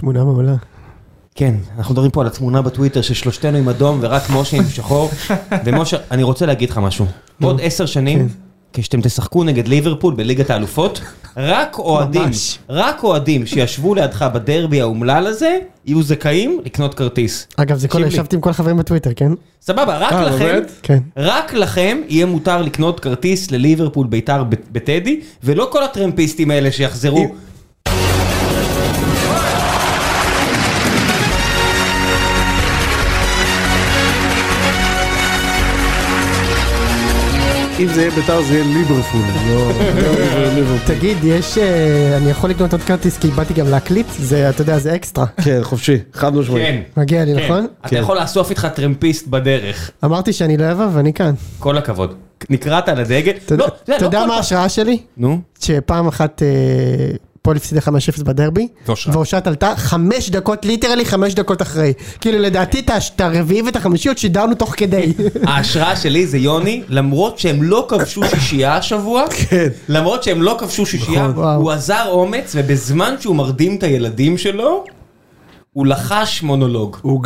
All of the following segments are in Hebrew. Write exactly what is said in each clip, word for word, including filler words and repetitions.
תמונה מעולה. כן, אנחנו מדברים פה על התמונה בטוויטר ששלושתנו עם אדום ורק משה עם שחור. ומשה, אני רוצה להגיד לך משהו. עוד עשר שנים, כשאתם תשחקו נגד ליברפול בליגת האלופות, רק אוהדים, רק אוהדים שישבו לידך בדרבי האומלל הזה, יהיו זכאים לקנות כרטיס. אגב, זה כל, ישבתי עם כל החברים בטוויטר, כן? סבבה, רק לכם, רק לכם יהיה מותר לקנות כרטיס לליברפול ביתר בטדי, ולא כל הטרמפיסטים האלה שיחזרו. אם זה יהיה ביתר זה יהיה ליברפול. תגיד, יש, אני יכול לקנות עוד כרטיס כי באתי גם להקליט, זה, אתה יודע, זה אקסטרה. כן, חופשי, חד משמעי. כן. מגיע לי, נכון? אתה יכול לאסוף איתך טרמפיסט בדרך. אמרתי שאני לא אוהב, ואני כאן. כל הכבוד. נקראת על הדגל. אתה יודע מה ההשראה שלי? נו? שפעם אחת פועל הפסידה חמש אפס בדרבי, ואושרת עלתה חמש דקות, ליטרלי חמש דקות אחרי. כאילו לדעתי את הרביעי ואת החמישיות שידרנו תוך כדי. ההשראה שלי זה יוני, למרות שהם לא כבשו שישייה השבוע, למרות שהם לא כבשו שישייה, הוא עזר אומץ, ובזמן שהוא מרדים את הילדים שלו, הוא לחש מונולוג. הוא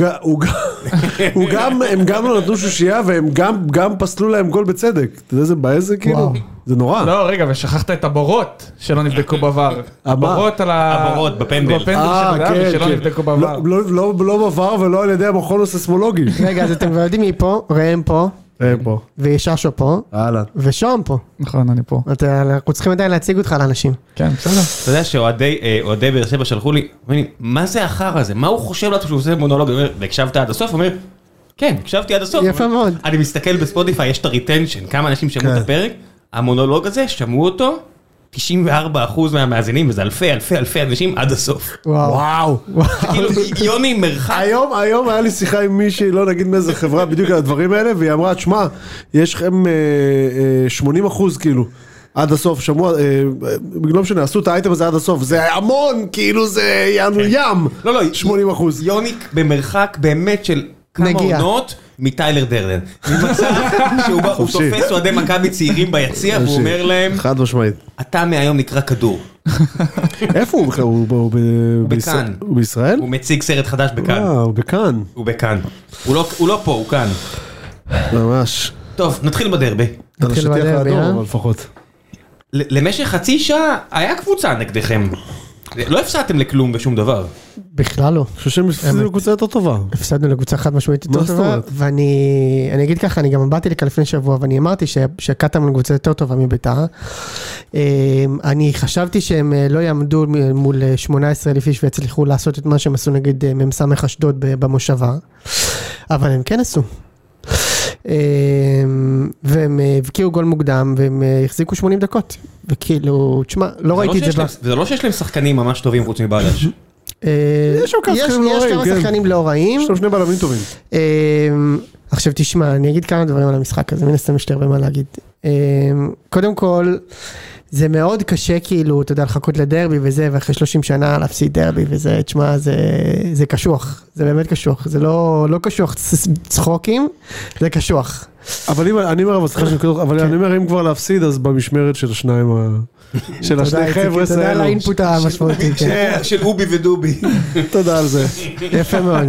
גם, הם גם לא נתנו שישייה, והם גם פסלו להם גול בצדק. אתה יודע, זה בעיה זה כאילו? זה נורא. לא, רגע, ושכחת את הבורות שלא נבדקו בעבר. הבורות על ה... הבורות, בפנדל. בפנדל שלא נבדקו בעבר. לא בעבר ולא על ידי המכון הססמולוגי. רגע, אז אתם יודעים מי פה? ראם פה. ראם פה. ויששו פה. הלאה. ושום פה. נכון, אני פה. אנחנו צריכים עדיין להציג אותך לאנשים. כן, בסדר. אתה יודע שאוהדי באר שבע שלחו לי, מה זה אחר הזה? מה הוא חושב לעצמו שהוא עושה מונולוג? והקשבת עד הסוף? הוא אומר, כן, הקשבתי עד הסוף. יפה מאוד. אני מסתכל בספוטיפיי, יש את הריטנשן, כמה אנשים שמעו את הפרק, המונולוג הזה, שמעו אותו, תשעים וארבעה אחוז מהמאזינים, וזה אלפי, אלפי, אלפי אנשים עד הסוף. וואו. כאילו, יוני מרחק. היום, היום היה לי שיחה עם מישהי, לא נגיד מאיזה חברה, בדיוק על הדברים האלה, והיא אמרה, תשמע, יש לכם שמונים אחוז, כאילו, עד הסוף, שמוע, לא משנה, עשו את האייטם הזה עד הסוף, זה המון, כאילו זה יענו ים. לא, לא, שמונים אחוז. יוני במרחק באמת של כמה עונות, מטיילר דרדן. ממצב שהוא תופס אוהדי מכבי צעירים ביציע, והוא אומר להם, חד משמעית. אתה מהיום נקרא כדור. איפה הוא בכלל? הוא בכאן. הוא בישראל? הוא מציג סרט חדש בכאן. אה, הוא בכאן. הוא בכאן. הוא לא פה, הוא כאן. ממש. טוב, נתחיל בדרבי. נתחיל בדרבי, אה? אבל לפחות. למשך חצי שעה היה קבוצה נגדכם. לא הפסדתם לכלום בשום דבר. בכלל לא. אני חושב שהם הפסדנו לקבוצה יותר טובה. הפסדנו לקבוצה חד משמעית יותר טובה, ואני אגיד ככה, אני גם באתי לכאן לפני שבוע, ואני אמרתי שקטמון קבוצה יותר טובה מביתר. אני חשבתי שהם לא יעמדו מול שמונה עשרה אלף איש והצליחו לעשות את מה שהם עשו נגד ממסמך אשדוד במושבה, אבל הם כן עשו. והם הבקיעו גול מוקדם והם החזיקו שמונים דקות וכאילו, תשמע, לא ראיתי את זה. זה לא שיש להם שחקנים ממש טובים חוץ מבלש. יש כמה שחקנים לא רעים, יש להם שני בלמים טובים. עכשיו תשמע, אני אגיד כמה דברים על המשחק הזה, מן הסתם יש לי הרבה מה להגיד. קודם כל, זה מאוד קשה כאילו, אתה יודע, לחכות לדרבי וזה, ואחרי שלושים שנה להפסיד דרבי וזה, תשמע, זה, זה קשוח, זה באמת קשוח, זה לא, לא קשוח צחוקים, זה קשוח. אבל אם, אני אומר, אבל אני אומר, אם כבר להפסיד, אז במשמרת של השניים, של השני חבר'ה, תודה על האינפוט המשמעותי. של אובי ודובי. תודה על זה. יפה מאוד.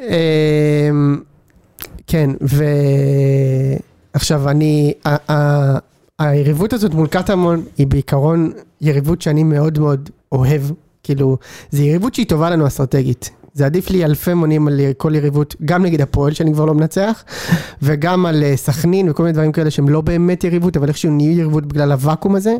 כן, ועכשיו אני, היריבות הזאת מול קטמון היא בעיקרון יריבות שאני מאוד מאוד אוהב, כאילו, זה יריבות שהיא טובה לנו אסטרטגית. זה עדיף לי אלפי מונים על כל יריבות, גם נגד הפועל שאני כבר לא מנצח, וגם על סכנין וכל מיני דברים כאלה שהם לא באמת יריבות, אבל איכשהו נהיו יריבות בגלל הוואקום הזה.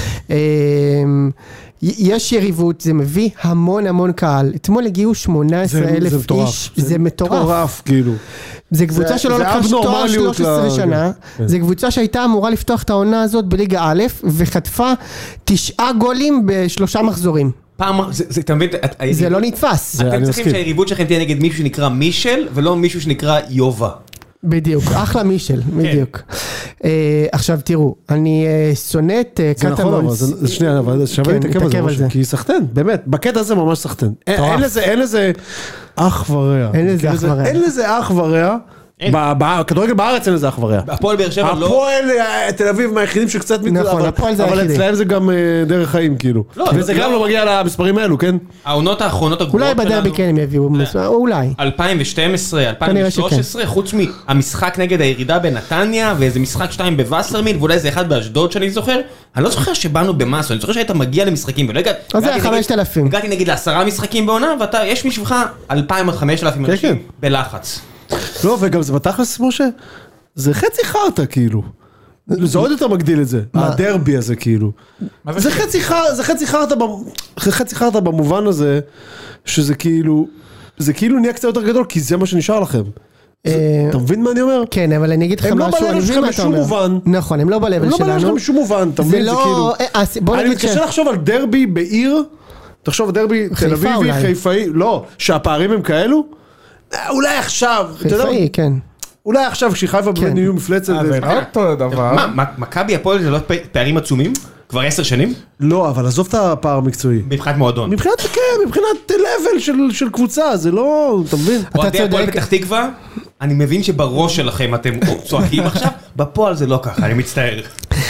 יש יריבות, זה מביא המון המון קהל. אתמול הגיעו שמונה עשרה אלף איש, זה מטורף. זה מטורף, כאילו. זה קבוצה שלא לקחה תואר שלוש עשרה שנה, זה קבוצה שהייתה אמורה לפתוח את העונה הזאת בליגה א', וחטפה תשעה גולים בשלושה מחזורים. פעם, זה, אתה מבין, זה לא נתפס. אתם צריכים שהיריבות שלכם תהיה נגד מישהו שנקרא מישל, ולא מישהו שנקרא יובה. בדיוק, אחלה מישל, בדיוק. עכשיו תראו, אני שונא את קטמון. זה נכון, אבל שנייה, אבל שווה להתעכב על זה, כי היא סחטן, באמת, בקטע הזה ממש סחטן. אין לזה אח ורע. אין לזה אח ורע. אין לזה אח ורע, בכדורגל בארץ אין לזה אחבריה. הפועל באר שבע לא... הפועל תל אביב מהיחידים שקצת מתקדם, נכון, הפועל זה היחידים. אבל אצלהם זה גם דרך חיים כאילו. וזה גם לא מגיע למספרים האלו, כן? העונות האחרונות הגרועות אולי בדרבי כן הם יביאו, אולי. אלפיים ושתים עשרה, אלפיים ושלוש עשרה, חוץ מהמשחק נגד הירידה בנתניה, ואיזה משחק שתיים בווסרמיל, ואולי זה אחד באשדוד שאני זוכר. אני לא זוכר שבאנו במסו, אני זוכר שהיית מגיע למשחקים, ולא הגעתי... אז זה היה חמשת אלפים. הגעתי נגיד לעשרה משחקים בעונה, ואתה, יש משבך אלפיים עד חמשת אלפים אנשים בלחץ. לא, וגם זה בתכלס, משה, זה חצי חרטה כאילו. זה עוד יותר מגדיל את זה, הדרבי הזה כאילו. זה חצי חרטה, חצי חרטה במובן הזה, שזה כאילו, זה כאילו נהיה קצת יותר גדול, כי זה מה שנשאר לכם. אתה מבין מה אני אומר? כן, אבל אני אגיד לך משהו, אני מבין מה אתה אומר. נכון, הם לא בלבל שלנו. הם לא בלבל שלכם בשום מובן, אתה מבין? זה כאילו... אני מתקשה לחשוב על דרבי בעיר, תחשוב על דרבי תל אביבי, חיפאי, לא, שהפערים הם כאלו, אולי עכשיו, חיפאי, כן. אולי עכשיו כשחיפה באמת נהיו מפלצת. זה לא אותו דבר. מה, מכבי הפועל זה לא פערים עצומים? כבר עשר שנים? לא, אבל עזוב את הפער המקצועי. מבחינת מועדון. מבחינת, כן, מבחינת לבל של קבוצה, זה לא, אתה מבין? אוהדי הפועל פתח תקווה, אני מבין שבראש שלכם אתם צועקים עכשיו, בפועל זה לא ככה, אני מצטער.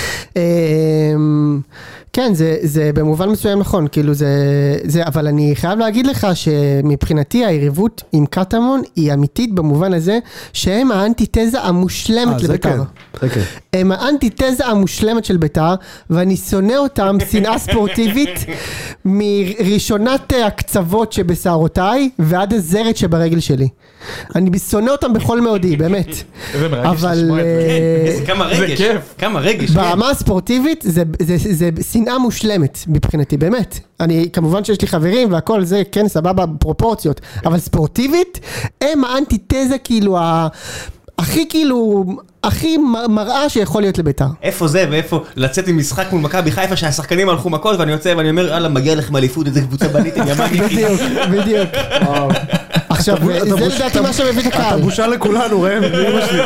כן, זה, זה במובן מסוים נכון, כאילו זה, זה, אבל אני חייב להגיד לך שמבחינתי היריבות עם קטמון היא אמיתית במובן הזה שהם האנטיתזה המושלמת לביתר. הם האנטיתזה המושלמת של ביתר, ואני שונא אותם שנאה ספורטיבית מראשונת הקצוות שבשערותיי ועד הזרת שברגל שלי. אני שונא אותם בכל מאודי, באמת. אבל... כמה רגש, כמה רגש. ברמה הספורטיבית זה שנאה מושלמת מבחינתי, באמת. אני, כמובן שיש לי חברים והכל זה, כן, סבבה, פרופורציות. אבל ספורטיבית, הם האנטיתזה כאילו, הכי כאילו... הכי מראה שיכול להיות לביתר. איפה זה ואיפה לצאת עם משחק מול מכבי חיפה שהשחקנים הלכו מכות ואני יוצא ואני אומר, אללה, מגיע לך מאליפות, איזה קבוצה בניתם, ימני. בדיוק, בדיוק. עכשיו, זה לדעתי מה שמביא את הקהל. אתה בושה לכולנו, ראם, אמא שלי.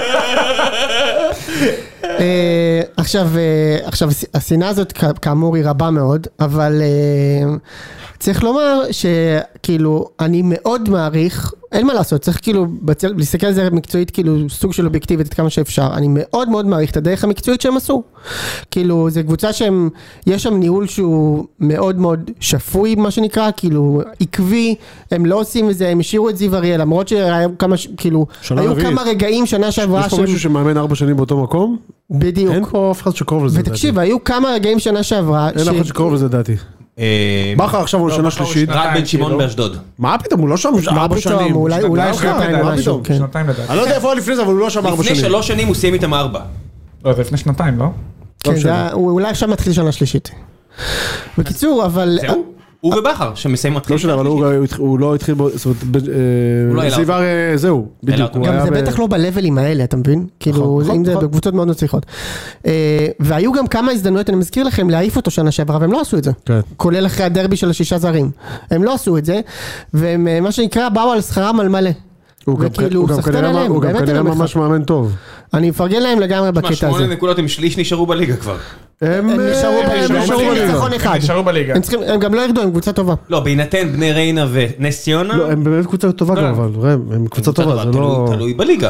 עכשיו, עכשיו, השנאה הזאת כאמור היא רבה מאוד, אבל צריך לומר שכאילו, אני מאוד מעריך, אין מה לעשות, צריך כאילו, להסתכל על זה מקצועית, כאילו, סוג של אובייקטיבית עד כמה שאפשר, אני מאוד מאוד מעריך את הדרך המקצועית שהם עשו, כאילו, זו קבוצה שהם, יש שם ניהול שהוא מאוד מאוד שפוי, מה שנקרא, כאילו, עקבי, הם לא עושים את זה, הם השאירו את זיו אריאל, למרות שהיו כמה, כאילו, היו כמה רגעים שנה שעברה, יש פה מישהו שמאמן ארבע שנים באותו מקום? בדיוק. אין פה אף אחד שקרוב לזה, ותקשיב, היו כמה רגעים שנה שעברה, אין אף אחד שקרוב לזה, דעתי. בכר עכשיו הוא לשנה שלישית. רק בן שמעון באשדוד. מה פתאום, הוא לא שם ארבע שנים. אולי שנתיים משהו. אני לא יודע איפה לפני זה, אבל הוא לא שם ארבע שנים. לפני שלוש שנים הוא סיים איתם ארבע. לא, זה לפני שנתיים, לא? כן, הוא אולי עכשיו מתחיל שנה שלישית. בקיצור, אבל... זהו? הוא ובכר, שמסיים מתחיל. לא שלה, אבל הוא לא התחיל בו, זאת אומרת, זיוור, זהו, בדיוק. גם זה בטח לא בלבלים האלה, אתה מבין? כאילו, אם זה בקבוצות מאוד נצליחות. והיו גם כמה הזדמנויות, אני מזכיר לכם, להעיף אותו שנה שעברה, והם לא עשו את זה. כולל אחרי הדרבי של השישה זרים. הם לא עשו את זה, והם, מה שנקרא, באו על שכרם על מלא. הוא גם כנראה ממש מאמן טוב. אני מפרגן להם לגמרי בקטע הזה. שמונה נקודות עם שליש נשארו בליגה כבר. הם נשארו בליגה. הם נשארו בליגה. הם גם לא ירדו, הם קבוצה טובה. לא, בהינתן בני ריינה ונס ציונה. לא, הם באמת קבוצה טובה גם, אבל הם קבוצה טובה, זה לא... תלוי בליגה.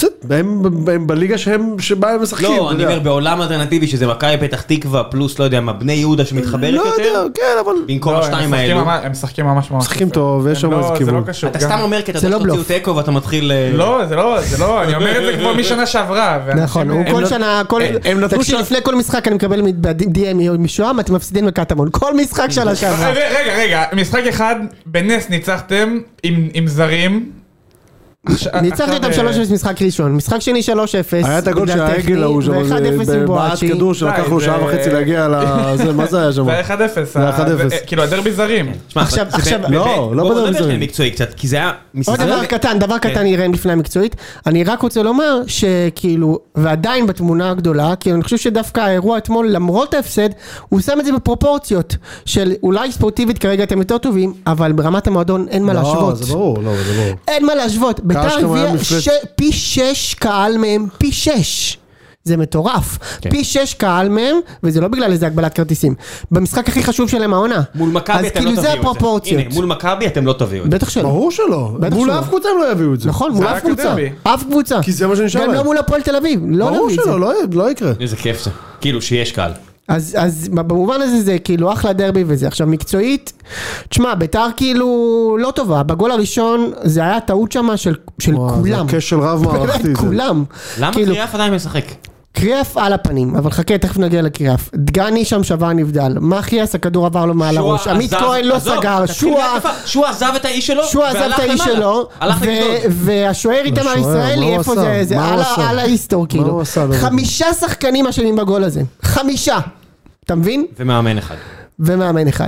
הם בליגה שבה הם משחקים. לא, אני אומר בעולם אלטרנטיבי שזה מכבי פתח תקווה פלוס, לא יודע מה, בני יהודה שמתחברת יותר. לא יודע, כן, אבל... במקום השתיים האלו. הם משחקים ממש ממש. משחקים טוב, ויש שם איזה כיוון. אתה סתם אומר כי אתה תוציאו תיקו ואתה מתחיל... לא, זה לא, זה לא, אני אומר את זה כבר משנה שעברה. נכון, הוא כל שנה, תקשיב, לפני כל משחק אני מקבל די אם משועם, אתם מפסידים לקטמון. כל משחק שנה שעברה. רגע, רגע, משחק אחד, בנס ניצחתם עם זרים. ניצחתי אותם שלוש אפס משחק ראשון, משחק שני שלוש אפס. היה את הגול שהעגל ההוא שם, בעט כדור שלקח לו שעה וחצי להגיע לזה, מה זה היה שם? זה היה אחד אפס, כאילו הדרבי זרים. עכשיו, עכשיו, לא, לא בדרבי זרים. מקצועי קצת, כי זה היה... עוד דבר קטן, דבר קטן יראה לפני המקצועית, אני רק רוצה לומר שכאילו, ועדיין בתמונה הגדולה, כי אני חושב שדווקא האירוע אתמול, למרות ההפסד, הוא שם את זה בפרופורציות, של אולי ספורטיבית כרגע אתם יותר טובים, אבל ברמת המועדון אין מה להשוות. לא, זה ברור, לא, זה ברור. אין מה להשוות. ביתר הביאה פי שש קהל מהם, פי שש. זה מטורף. פי שש קהל מהם, וזה לא בגלל איזה הגבלת כרטיסים. במשחק הכי חשוב שלהם העונה. מול מכבי אתם לא תביאו את זה. אז כאילו זה הפרופורציות. הנה, מול מכבי אתם לא תביאו את זה. בטח שלא. ברור שלא. מול אף קבוצה הם לא יביאו את זה. נכון, מול אף קבוצה. אף קבוצה. כי זה מה שנשאר להם. גם לא מול הפועל תל אביב. ברור שלא, לא יקרה. איזה כיף זה. כאילו שיש קהל. אז, אז במובן הזה זה כאילו אחלה דרבי וזה. עכשיו מקצועית, תשמע, ביתר כאילו לא טובה. בגול הראשון זה היה טעות שמה של, של וואו, כולם. זה כשל רב מערכתי. באמת, כולם. למה כאילו, קריאף עדיין משחק? קריאף על הפנים, אבל חכה, תכף נגיע לקריאף. דגני שם שבר נבדל. מחייס, הכדור עבר לו מעל הראש. עמית כהן לא סגר. שועה... שועה עזב את האיש שלו, שועה עזב את האיש שלו. והשוער איתמר ישראלי, איפה זה? זה על ההיסטור כאילו. חמישה שחקנים אשמים בגול הזה. חמישה. אתה מבין? ומאמן אחד. ומאמן אחד.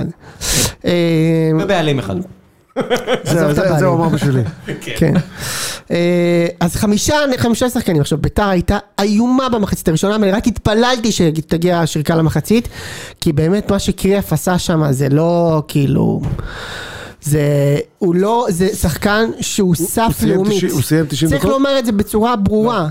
ובעלים אחד. זה הוא אמר בשבילי. כן. אז חמישה, חמישה שחקנים. עכשיו, ביתר הייתה איומה במחצית הראשונה, ואני רק התפללתי שתגיע השריקה למחצית, כי באמת מה שקריאף עשה שם, זה לא כאילו... זה, הוא לא, זה שחקן שהוא סף לאומית. הוא סיים תשעים דקות? צריך לומר את זה בצורה ברורה.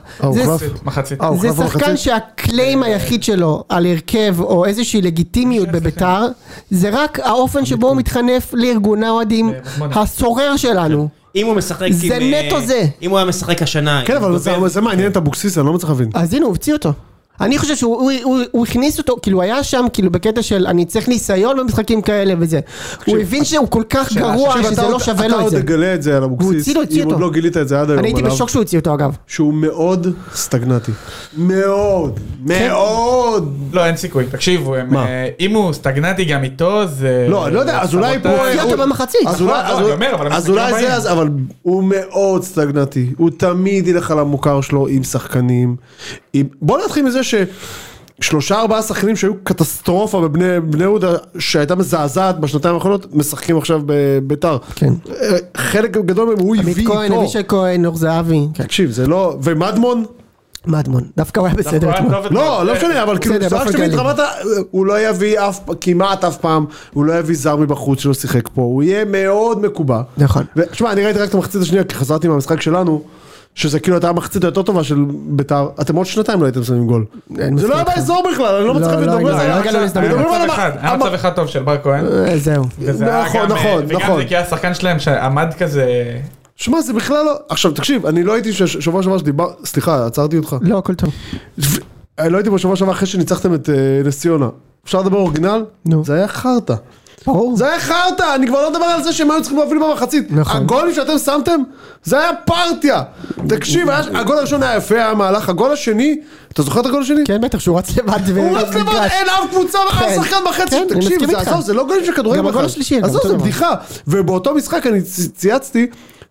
זה שחקן שהקליים היחיד שלו על הרכב או איזושהי לגיטימיות בביתר, זה רק האופן שבו הוא מתחנף לארגוני האוהדים הסורר שלנו. אם הוא משחק זה נטו זה. אם הוא היה משחק השנה. כן, אבל זה מעניין את אבוקסיס, אני לא מצליח להבין. אז הנה, הוא הפציע אותו. אני חושב שהוא הוא, הוא הכניס אותו, כאילו היה שם כאילו בקטע של אני צריך ניסיון במשחקים כאלה וזה. הוא הבין שהוא כל כך גרוע שזה לא שווה לו את זה. אתה עוד תגלה את זה על אבוקסיס, אם עוד לא גילית את זה עד היום. אני הייתי בשוק שהוא הוציא אותו אגב. שהוא מאוד סטגנטי. מאוד, מאוד. לא, אין סיכוי, תקשיבו, אם הוא סטגנטי גם איתו זה... לא, אני לא יודע, אז אולי פה... הוא הוציא אותו במחצית. אז אולי זה, אבל הוא מאוד סטגנטי. הוא תמיד ילך על המוכר שלו עם שחקנים. בוא נתחיל מזה ששלושה ארבעה שחקנים שהיו קטסטרופה בבני יהודה שהייתה מזעזעת בשנתיים האחרונות משחקים עכשיו בביתר. כן. חלק גדול מהם הוא הביא איתו. עמית כהן, אבישי כהן, נור זהבי. תקשיב, זה לא... ומדמון? מדמון. דווקא הוא היה בסדר. לא, לא משנה, אבל כאילו, רק שתמיד רמת, הוא לא יביא כמעט אף פעם, הוא לא יביא זר מבחוץ שלא שיחק פה, הוא יהיה מאוד מקובע. נכון. ושמע, אני ראיתי רק את המחצית השנייה, כי חזרתי מהמשחק שלנו, שזה כאילו הייתה המחצית היותר טובה של ביתר, אתם עוד שנתיים לא הייתם שמים גול. זה לא היה באזור בכלל, אני לא מצליח לדבר על זה. היה מצב אחד טוב של בר כהן. זהו. נכון, נכון, וגם נכון. זה כי היה שחקן שלהם שעמד כזה... שמע, זה בכלל לא... עכשיו, תקשיב, אני לא הייתי שבוע שבוע שדיבר... סליחה, עצרתי אותך. לא, הכל טוב. אני לא הייתי בשבוע שבוע אחרי שניצחתם את נס ציונה. אפשר לדבר אורגינל? זה היה חרטה. ברור. זה היה חרטה, אני כבר לא מדבר על זה שהם היו צריכים להוביל במחצית. הגולים שאתם שמתם, זה היה פרטיה. תקשיב, הגול הראשון היה יפה, היה מהלך. הגול השני, אתה זוכר את הגול השני? כן, בטח, שהוא רץ לבד. הוא רץ לבד, אין אף קבוצה, אף שחקן בחצי. תקשיב, זה לא גולים של כדורגל בכלל. עזוב, זה בדיחה. ובאותו משחק אני צייצתי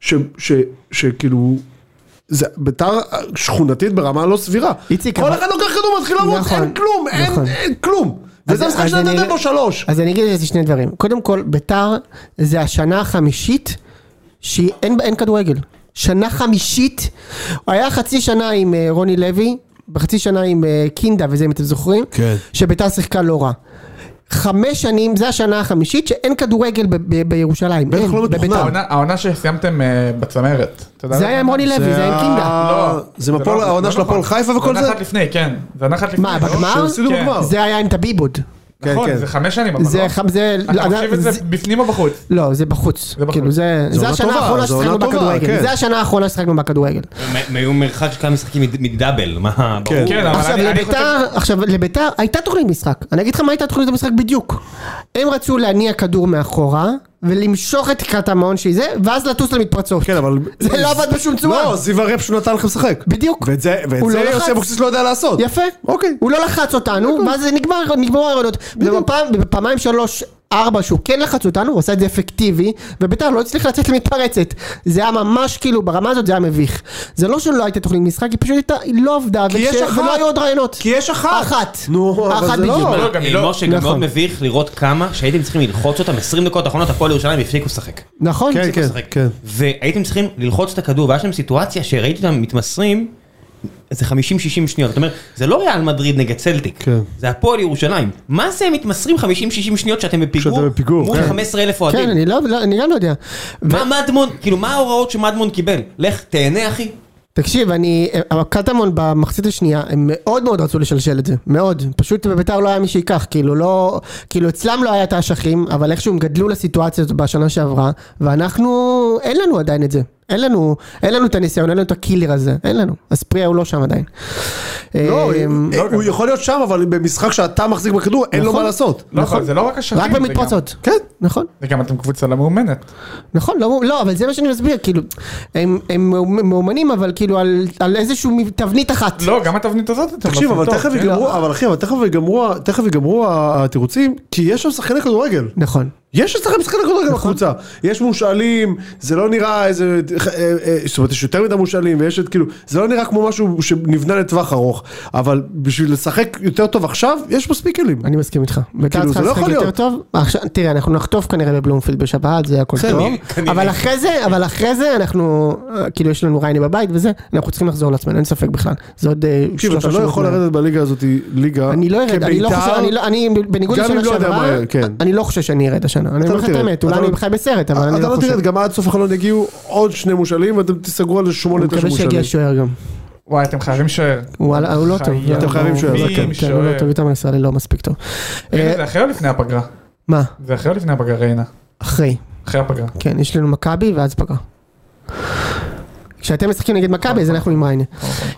שכאילו, זה ביתר שכונתית ברמה לא סבירה. כל אחד לוקח כדור, מתחיל לרוץ, אין כלום, אין כלום. וזה משחק שנתתם בו שלוש. אז אני אגיד את זה שני דברים. קודם כל, ביתר זה השנה החמישית שאין כדורגל. שנה חמישית. היה חצי שנה עם רוני לוי, בחצי שנה עם קינדה וזה אם אתם זוכרים, שביתר שיחקה לא רע. חמש שנים, זה השנה החמישית שאין כדורגל בירושלים. בטח לא מתוכנן. העונה שסיימתם בצמרת. זה היה עם רוני לוי, זה היה עם קינדה. לא, זה העונה של הפועל חיפה וכל זה? זה עונה אחת לפני, כן. זה עונה אחת לפני. מה, בגמר? זה היה עם טביבוד. נכון, זה חמש שנים, אבל זה, לא. זה, אתה מחשיב את זה בפנים או בחוץ? לא, זה בחוץ. זה בחוץ. כאילו, זה, זה השנה האחרונה ששחקנו בכדורגל. זה השנה האחרונה ששחקנו בכדורגל. היו מרחק של כמה משחקים מדאבל, מה? כן, אבל עכשיו, לביתר, עכשיו, לביתר, הייתה תוכנית משחק. אני אגיד לך מה הייתה תוכנית המשחק בדיוק. הם רצו להניע כדור מאחורה, ולמשוך את תקרת המעון שהיא זה, ואז לטוס למתפרצות. כן, אבל... זה לא עבד בשום צורה. לא, זיו הרפ שהוא נתן לכם לשחק. בדיוק. ואת זה יוסי אבוקסיס לא יודע לעשות. יפה. אוקיי. הוא לא לחץ אותנו, ואז זה נגמר, נגמרו הרעיונות. ובפעמיים שלוש, ארבע, שהוא כן לחץ אותנו, הוא עשה את זה אפקטיבי, וביתר לא הצליח לצאת למתפרצת. זה היה ממש כאילו, ברמה הזאת זה היה מביך. זה לא שלא הייתה תוכנית משחק, היא פשוט הייתה, היא לא עבדה, ולא היו עוד רעיונות. כי יש אחת. אחת. נו, אבל זה לא. משה, גם מאוד מביך לראות כמה שהייתם צריכים ללחוץ אותם, עשרים דקות האחרונות הפועל ירושלים הפסיקו לשחק. נכון. כן, כן, כן. והייתם צריכים ללחוץ את הכדור, והיה שם סיטואציה שראיתי אותם מתמסרים, זה חמישים שישים שניות, זאת אומרת, זה לא ריאל מדריד נגד צלטיק, זה הפועל ירושלים. מה זה מתמסרים חמישים שישים שניות שאתם בפיגור מול חמישה עשר אלף אוהדים? כן, אני גם לא יודע. מה מדמון, כאילו מה ההוראות שמדמון קיבל? לך תהנה אחי, תקשיב, אני, קטמון במחצית השנייה, הם מאוד מאוד רצו לשלשל את זה, מאוד, פשוט בביתר לא היה מי שיקח, כאילו לא, כאילו אצלם לא היה את האשכים, אבל איכשהו הם גדלו לסיטואציה הזאת בשנה שעברה, ואנחנו, אין לנו עדיין את זה, אין לנו, אין לנו את הניסיון, אין לנו את הקילר הזה, אין לנו, אז פריה הוא לא שם עדיין. לא, הוא יכול להיות שם, אבל במשחק שאתה מחזיק בכדור, אין לו מה לעשות. נכון, זה לא רק השטים. רק במתפרצות. כן, נכון. וגם אתם קבוצה לא מאומנת. נכון, לא, אבל זה מה שאני מסביר, כאילו, הם מאומנים, אבל כאילו על איזשהו תבנית אחת. לא, גם התבנית הזאת אתם תקשיב, אבל תכף יגמרו, אבל אחי, אבל תכף יגמרו התירוצים, כי יש שם שחקני כדורגל. נכון. יש שחקני כדורגל בקבוצה, יש מושאלים, זה לא נראה איזה, זאת אומרת, יש יותר מדי מושאלים, ויש את כאילו, זה לא נראה כמו משהו שנבנה לטווח ארוך, אבל בשביל לשחק יותר טוב עכשיו, יש מספיק כלים. אני מסכים איתך. כאילו, זה לא יכול להיות. תראה, אנחנו נחטוף כנראה בבלומפילד בשבת, זה הכל טוב, אבל אחרי זה, אבל אחרי זה אנחנו, כאילו יש לנו רייני בבית וזה, אנחנו צריכים לחזור לעצמנו, אין ספק בכלל. זה עוד שלושה שבועות. אתה לא יכול לרדת בליגה הזאת, ליגה, אני לא ארד, אני לא חושב, אני בניגוד לשנה שעברה, אני לא חושב שאני ארד השנה. אני אומר לך את האמת, אולי אני בחי בסרט, אבל אני לא חושב. אתה לא תרד, גם עד סוף החלון יגיעו עוד שני מושאלים, ואתם תסגרו על שמונה תשע מושאלים. אני מקווה שיגיע שוער גם. וואי, אתם חייבים שוער. וואלה, הוא לא טוב. אתם חייבים שוער, זה כן. כן, הוא לא טוב, איתם הישראלי לא מספיק טוב. זה אחרי או לפני הפגרה? מה? זה אחרי או לפני הפגרה, ריינה? אחרי. אחרי הפגרה. כן, יש לנו מכבי ואז פגרה. כשאתם משחקים נגד מכבי, אז אנחנו עם ריינה.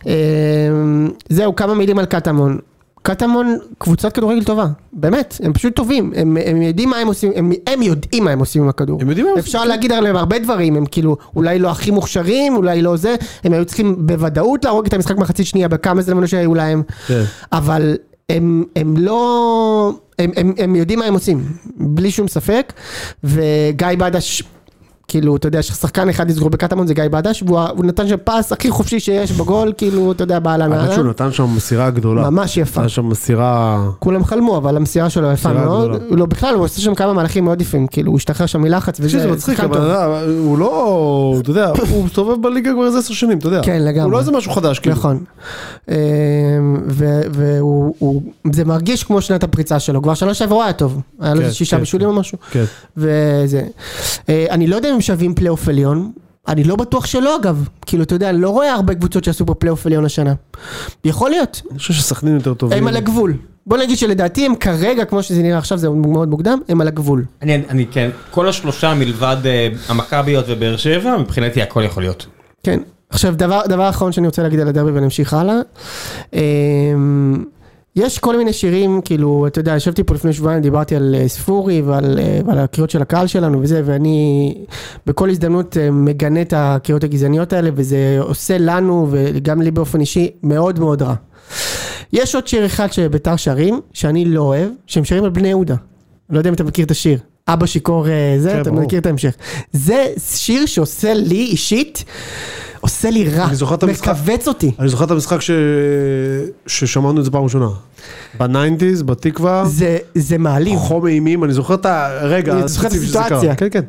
זהו, כמה מילים על קטמון. קטמון קבוצת כדורגל טובה, באמת, הם פשוט טובים, הם, הם יודעים מה הם עושים, הם, הם יודעים מה הם עושים עם הכדור. הם יודעים מה הם אפשר להגיד עליהם הרבה דברים, הם כאילו אולי לא הכי מוכשרים, אולי לא זה, הם היו צריכים בוודאות להרוג את המשחק מחצית שנייה, בכמה זה למנו שהיו להם, כן. אבל הם, הם לא, הם, הם, הם יודעים מה הם עושים, בלי שום ספק, וגיא בדש, כאילו, אתה יודע, ששחקן אחד יסגור בקטמון זה גיא בדש, והוא נתן שם פס הכי חופשי שיש בגול, כאילו, אתה יודע, בעלה נעלה. אבל שהוא נתן שם מסירה גדולה. ממש יפה. נתן שם מסירה... כולם חלמו, אבל המסירה שלו יפה מאוד. לא, בכלל, הוא עושה שם כמה מהלכים מאוד יפים, כאילו, הוא השתחרר שם מלחץ, וזה... זה מצחיק, אבל הוא לא... אתה יודע, הוא מסתובב בליגה כבר איזה עשר שנים, אתה יודע. כן, לגמרי. הוא לא איזה משהו חדש, כאילו. נכון. והוא... זה מרגיש כמו שנת הפריצה שלו. כבר שנה שעברה היה טוב. היה לו שישה בשולים או משהו. וזה... אני לא יודע אם הם שווים פלייאוף עליון, אני לא בטוח שלא אגב, כאילו אתה יודע, אני לא רואה הרבה קבוצות שעשו פה פלייאוף עליון השנה, יכול להיות. אני חושב שסכנין יותר טובים. הם על הגבול, בוא נגיד שלדעתי הם כרגע, כמו שזה נראה עכשיו, זה מאוד מוקדם, הם על הגבול. אני, אני כן, כל השלושה מלבד המכביות ובאר שבע, מבחינתי הכל יכול להיות. כן, עכשיו דבר, דבר אחרון שאני רוצה להגיד על הדרבי ונמשיך הלאה, יש כל מיני שירים, כאילו, אתה יודע, ישבתי פה לפני שבועיים, דיברתי על ספורי ועל, ועל הקריאות של הקהל שלנו וזה, ואני בכל הזדמנות מגנה את הקריאות הגזעניות האלה, וזה עושה לנו וגם לי באופן אישי מאוד מאוד רע. יש עוד שיר אחד שביתר שרים, שאני לא אוהב, שהם שרים על בני יהודה. לא יודע אם אתה מכיר את השיר. אבא שיקור זה, כן, אתה ברור. מכיר את ההמשך. זה שיר שעושה לי אישית, עושה לי רע, מקווץ אותי. אני זוכר את המשחק ש... ששמענו את זה פעם ראשונה. בניינטיז, בתקווה. זה, זה מעלים. חום אימים, אני זוכר את הרגע. אני זוכר את הסיטואציה. כן, כן.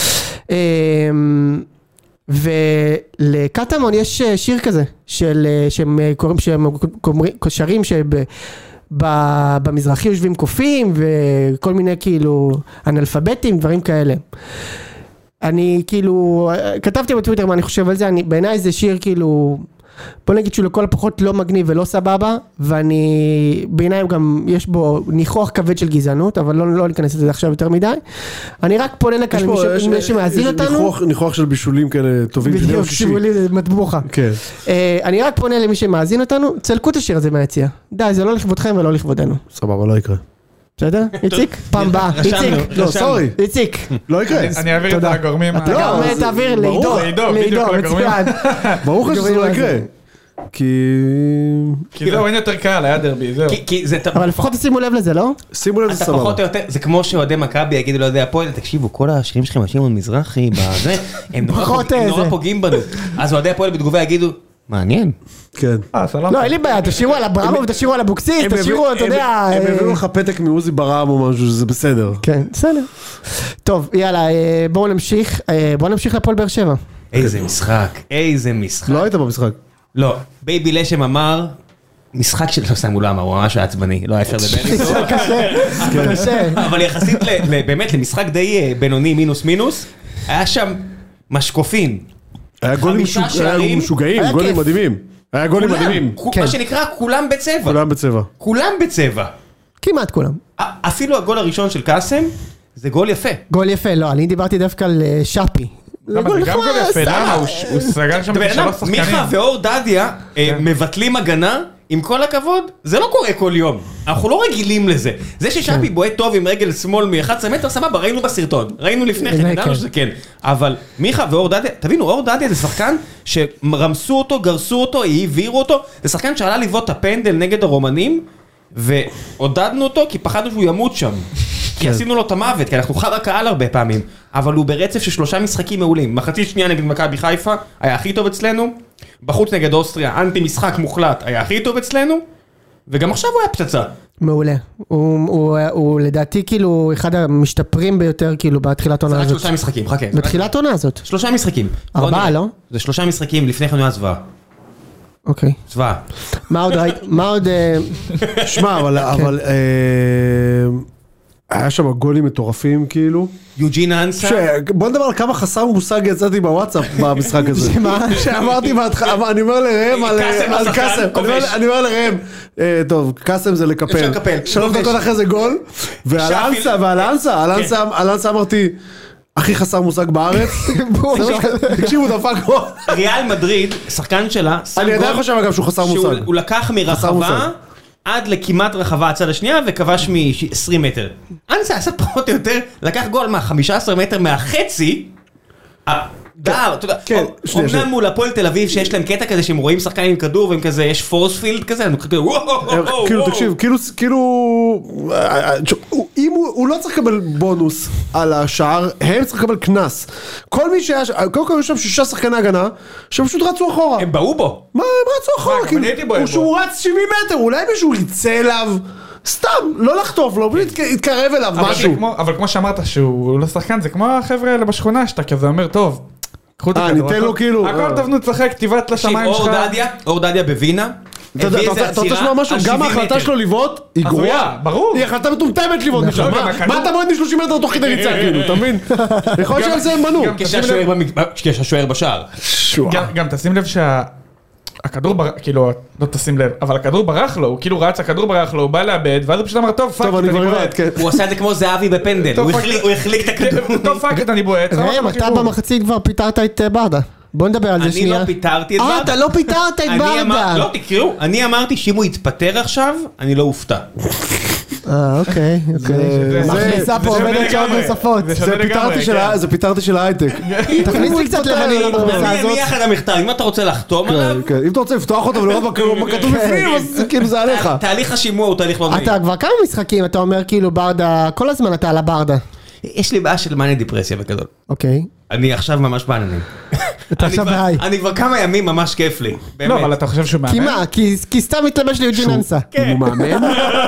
ולקטמון יש שיר כזה, של, שהם קוראים, שהם שרים שבמזרחי יושבים קופים, וכל מיני כאילו אנאלפביתים, דברים כאלה. אני כאילו, כתבתי בטוויטר מה אני חושב על זה, אני, בעיניי זה שיר כאילו, בוא נגיד שהוא לכל הפחות לא מגניב ולא סבבה, ואני, בעיניי גם יש בו ניחוח כבד של גזענות, אבל לא, לא להיכנס לזה עכשיו יותר מדי. אני רק פונה לכאן למי שמאזין אותנו. ניחוח, ניחוח של בישולים כאלה טובים. בדיוק, שיבולים זה מטבוחה. כן. אני רק פונה למי שמאזין אותנו, צלקו את השיר הזה מהיציאה. די, זה לא לכבודכם ולא לכבודנו. סבבה, לא יקרה. בסדר? איציק? פעם באה. איציק. לא, סורי. איציק. לא יקרה. אני אעביר את זה לגורמים. אתה גם תעביר לעידו. לעידו, מצוין. ברור לך שזה לא יקרה. כי... כי זהו, אין יותר קהל, היה דרבי, זהו. אבל לפחות תשימו לב לזה, לא? שימו לב לזה סבבה. זה כמו שאוהדי מכבי יגידו לאוהדי הפועל, תקשיבו, כל השירים שלכם, השמעון מזרחי, בזה, הם נורא פוגעים בנו. אז אוהדי הפועל בתגובה יגידו, מעניין. כן. לא, אין לי בעיה, תשאירו על אברמוב, תשאירו על אבוקסיס, תשאירו, אתה יודע... הם הביאו לך פתק מעוזי ברם או משהו, שזה בסדר. כן, בסדר. טוב, יאללה, בואו נמשיך, בואו נמשיך לפועל באר שבע. איזה משחק, איזה משחק. לא היית במשחק. לא, בייבי לשם אמר, משחק של... לא סתם הוא לא אמר, הוא ממש עצבני, לא היה אפשר לדבר איתו. קשה, קשה. אבל יחסית באמת למשחק די בינוני מינוס מינוס, היה שם משקופים. היה גולים משוגעים, גולים מדהימים. היה גולים מדהימים. מה שנקרא, כולם בצבע. כולם בצבע. כולם בצבע. כמעט כולם. אפילו הגול הראשון של קאסם, זה גול יפה. גול יפה, לא, אני דיברתי דווקא על שפי. זה גם גול יפה, למה? הוא סגל שם בשלוש שחקנים. מיכה ואור דדיה מבטלים הגנה, עם כל הכבוד, זה לא קורה כל יום. אנחנו לא רגילים לזה. זה ששפי בועט טוב עם רגל שמאל מ-אחד עשר מטר, סבבה, ראינו בסרטון. ראינו לפני כן, ידענו שזה כן. אבל מיכה ואור דדיה, תבינו, אור דדיה זה שחקן שרמסו אותו, גרסו אותו, העבירו אותו. זה שחקן שעלה לבעוט את הפנדל נגד הרומנים, ועודדנו אותו כי פחדנו שהוא ימות שם. כי עשינו לו את המוות, כי אנחנו חד הקהל הרבה פעמים. אבל הוא ברצף של שלושה משחקים מעולים. מחצית שנייה נגד מכבי חיפה, היה הכי טוב אצלנו. בחוץ נגד אוסטריה, אנטי משחק מוחלט, היה הכי טוב אצלנו. וגם עכשיו הוא היה פצצה. מעולה. הוא, הוא, הוא לדעתי כאילו אחד המשתפרים ביותר כאילו בתחילת עונה הזאת. זה רק שלושה משחקים, חכה. בתחילת עונה הזאת. שלושה משחקים. ארבעה, לא? זה שלושה משחקים לפני כן הוא היה זוועה. אוקיי. זוועה. מה עוד ראית? מה עוד... שמע, אבל... היה שם גולים מטורפים כאילו. יוג'ין אנסה. בוא נדבר על כמה חסר מושג יצאתי בוואטסאפ במשחק הזה. שאמרתי בהתחלה, אני אומר לרם על קאסם. אני אומר לרם, טוב, קאסם זה לקפל. שלוש דקות אחרי זה גול. ועל אנסה, ועל אנסה, על אנסה אמרתי, הכי חסר מושג בארץ. תקשיבו, דפק גול. ריאל מדריד, שחקן שלה, אני עדיין חושב אגב שהוא חסר מושג. הוא לקח מרחבה עד לכמעט רחבה הצד השנייה וכבש מ-עשרים מטר. אנסה עשה פחות או יותר, לקח גול מה-חמישה עשר מטר מהחצי, דאר, אתה יודע, אומנם מול הפועל תל אביב שיש להם קטע כזה שהם רואים שחקנים עם כדור והם כזה, יש פורס פילד כזה, אני כזה וואו וואו וואו. כאילו תקשיב, כאילו, אם הוא לא צריך לקבל בונוס על השער, הם צריכים לקבל כנס. כל מי שהיה, קודם כל יש שם שישה שחקני הגנה, שפשוט רצו אחורה. הם באו בו. מה, הם רצו אחורה, כאילו, שהוא רץ שבעים מטר, אולי מישהו יצא אליו. סתם, לא לחטוף לו, בלי להתקרב אליו משהו. אבל כמו שאמרת שהוא לא שחקן, זה כמו החבר'ה האלה בשכונה, שאתה כזה אומר, טוב, קחו את הכדור. ניתן לו כאילו... הכל טוב, נצחק, תיבת לשמיים שלך. אור דדיה בווינה. אתה רוצה לשמוע משהו? גם ההחלטה שלו לבעוט היא גרועה. ברור. היא החלטה מטומטמת לבעוט משם. מה אתה בועט מ-שלושים מטר תוך כדי ריצה, כאילו, אתה מבין? יכול להיות שעל זה הם מנעו. כשהשוער בשער. גם תשים לב שה... הכדור ברח, כאילו, לא תשים לב, אבל הכדור ברח לו, הוא כאילו רץ, הכדור ברח לו, הוא בא לאבד, ואז הוא פשוט אמר, טוב, פאקט, אני בועט. הוא עשה את זה כמו זהבי בפנדל, הוא החליק את הכדור. טוב, פאקט, אני בועט. ראם, אתה במחצית כבר פיתרת את ברדה. בוא נדבר על זה שנייה. אני לא פיתרתי את ברדה. אה, אתה לא פיתרת את ברדה. לא, תקראו, אני אמרתי שאם הוא יתפטר עכשיו, אני לא אופתע. אה, אוקיי, אוקיי. מכניסה פה עובדת שעות נוספות. זה פיתרתי של ההייטק. תכניס לי קצת לבנים במכניסה הזאת. אני יחד המכתב, אם אתה רוצה לחתום עליו. אם אתה רוצה לפתוח אותו ולראות מה כתוב בפנים, אז כאילו זה עליך. תהליך השימוע הוא תהליך לא נעים. אתה כבר כמה משחקים, אתה אומר כאילו ברדה, כל הזמן אתה על הברדה. יש לי בעיה של מאניה דיפרסיה בגדול. אוקיי. אני עכשיו ממש בעניינים. אתה עכשיו בהיי. אני כבר כמה ימים ממש כיף לי. לא, אבל אתה חושב שהוא מאמן? כי מה? כי סתם מתלבש לי יוג'ין אנסה. הוא מאמן?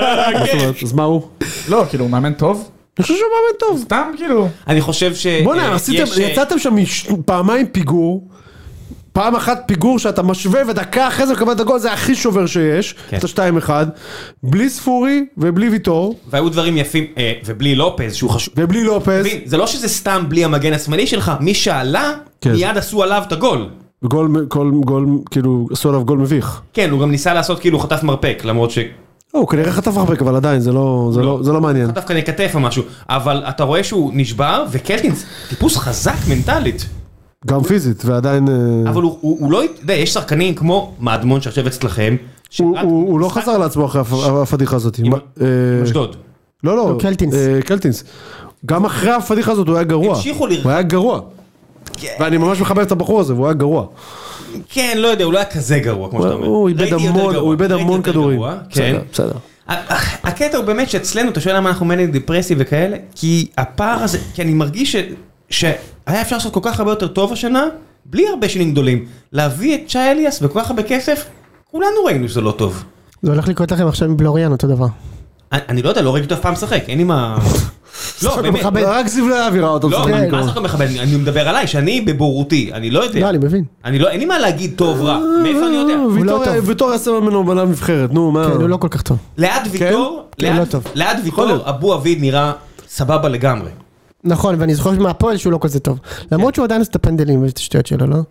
אז מה הוא? לא, כאילו הוא מאמן טוב? אני חושב שהוא מאמן טוב. סתם כאילו. אני חושב ש... בוא נראה, יצאתם שם פעמיים פיגור. פעם אחת פיגור שאתה משווה ודקה אחרי זה לקבל את הגול, זה הכי שובר שיש, את ה-שתיים אחד, בלי ספורי ובלי ויטור. והיו דברים יפים, ובלי לופז שהוא חשוב. ובלי לופז. זה לא שזה סתם בלי המגן השמאלי שלך, מי שעלה, מיד עשו עליו את הגול. גול, גול, כאילו, עשו עליו גול מביך. כן, הוא גם ניסה לעשות כאילו חטף מרפק, למרות ש... הוא כנראה חטף מרפק, אבל עדיין, זה לא מעניין. חטף כנראה כתף או משהו, אבל אתה רואה שהוא נשבר, וקלטינס, טיפוס חזק מנטלית. גם פיזית, ועדיין... אבל הוא לא... יש שחקנים כמו מאדמון שעכשיו אצלכם... הוא לא חזר לעצמו אחרי הפדיחה הזאת. משדוד. לא, לא. קלטינס. קלטינס. גם אחרי הפדיחה הזאת הוא היה גרוע. המשיכו לרחוב. הוא היה גרוע. ואני ממש מחבר את הבחור הזה, והוא היה גרוע. כן, לא יודע, הוא לא היה כזה גרוע, כמו שאתה אומר. הוא איבד המון כדורים. כן. בסדר. הקטע הוא באמת שאצלנו, אתה שואל למה אנחנו מנהל דיפרסי וכאלה, כי הפער הזה, כי אני מרגיש שהיה אפשר לעשות כל כך הרבה יותר טוב השנה, בלי הרבה שנים גדולים. להביא את שי אליאס וכל כך הרבה כסף, כולנו ראינו שזה לא טוב. זה הולך לקרות לכם עכשיו עם בלוריאן, אותו דבר. אני לא יודע, לא ראיתי אותו אף פעם משחק, אין לי מה... לא, באמת. רק זיבלי האווירה אותו. לא, מה זה מכבד? אני מדבר עליי, שאני בבורותי, אני לא יודע. לא, אני מבין. אין לי מה להגיד טוב רע, מאיפה אני יודע? ויטור יעשה ממנו בנה מבחרת, נו, מה? כן, הוא לא כל כך טוב. ליד ויטור, ליד ויטור, אבו אביד נראה סבבה לגמרי. נכון, ואני זוכר מהפועל שהוא לא כזה טוב. למרות שהוא עדיין עושה את הפנדלים ואת השטויות שלו, לא?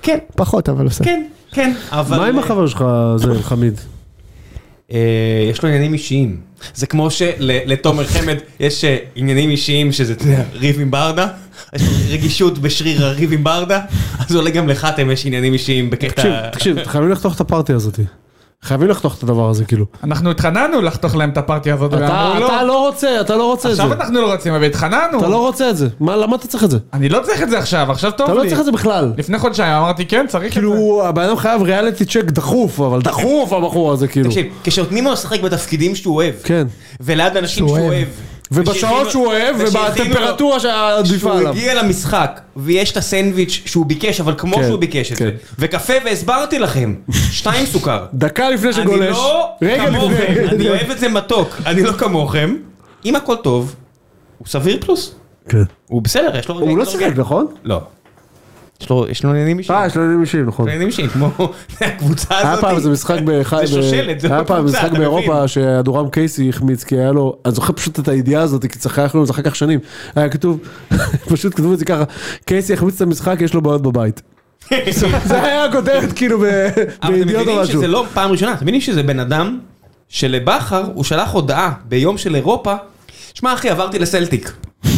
כן. פחות, אבל עושה. כן, כן. מה עם החבר שלך, זה, חמיד? יש לו עניינים אישיים. זה כמו שלתומר חמד יש עניינים אישיים שזה ריב עם ברדה, יש לו רגישות בשריר הריב עם ברדה, אז אולי גם לך אתם יש עניינים אישיים בקטע... תקשיב, תקשיב, חייבים לחתוך את הפארטי הזאת. חייבים לחתוך את הדבר הזה, כאילו. אנחנו התחננו לחתוך להם את הפארטי הזאת, אתה לא רוצה, אתה לא רוצה את זה. עכשיו אנחנו לא רוצים, אבל התחננו. אתה לא רוצה את זה. למה אתה צריך את זה? אני לא צריך את זה עכשיו, עכשיו טוב לי. אתה לא צריך את זה בכלל. לפני חודשיים אמרתי כן, צריך את זה. כאילו, הבן אדם חייב ריאליטי צ'ק דחוף, אבל דחוף הבחור הזה, כאילו. תקשיב, כשנותנים לו לשחק בתפקידים שהוא אוהב, כן. וליד אנשים שהוא אוהב, ובשעות שהוא אוהב, ובטמפרטורה שעדיפה עליו. כשהוא הגיע למשחק, ויש את הסנדוויץ' שהוא ביקש, אבל כמו שהוא ביקש את זה, וקפה והסברתי לכם, שתיים סוכר. דקה לפני שגולש. אני לא כמוכם, אני אוהב את זה מתוק, אני לא כמוכם. אם הכל טוב, הוא סביר פלוס. כן. הוא בסדר, יש לו... הוא לא שיחק, נכון? לא. יש לו עניינים אישיים. אה, יש לו עניינים אישיים, נכון. עניינים אישיים, כמו הקבוצה הזאת. היה פעם איזה משחק בחי... זה שושלת, זה לא היה פעם קבוצה, משחק באירופה שאדורם קייסי החמיץ, כי היה לו... אני זוכר פשוט את הידיעה הזאת, כי צריך היה לנו לשחק כך שנים. היה כתוב, פשוט כתוב את זה ככה, קייסי החמיץ את המשחק, יש לו בעיות בבית. זה היה הכותרת כאילו בידיעות או משהו. אבל אתם מבינים שזה לא פעם ראשונה, אתם מבינים שזה בן אדם שלבחר הוא שלח הודעה ביום של אירופה, שמע אחי, עברתי לסלטיק.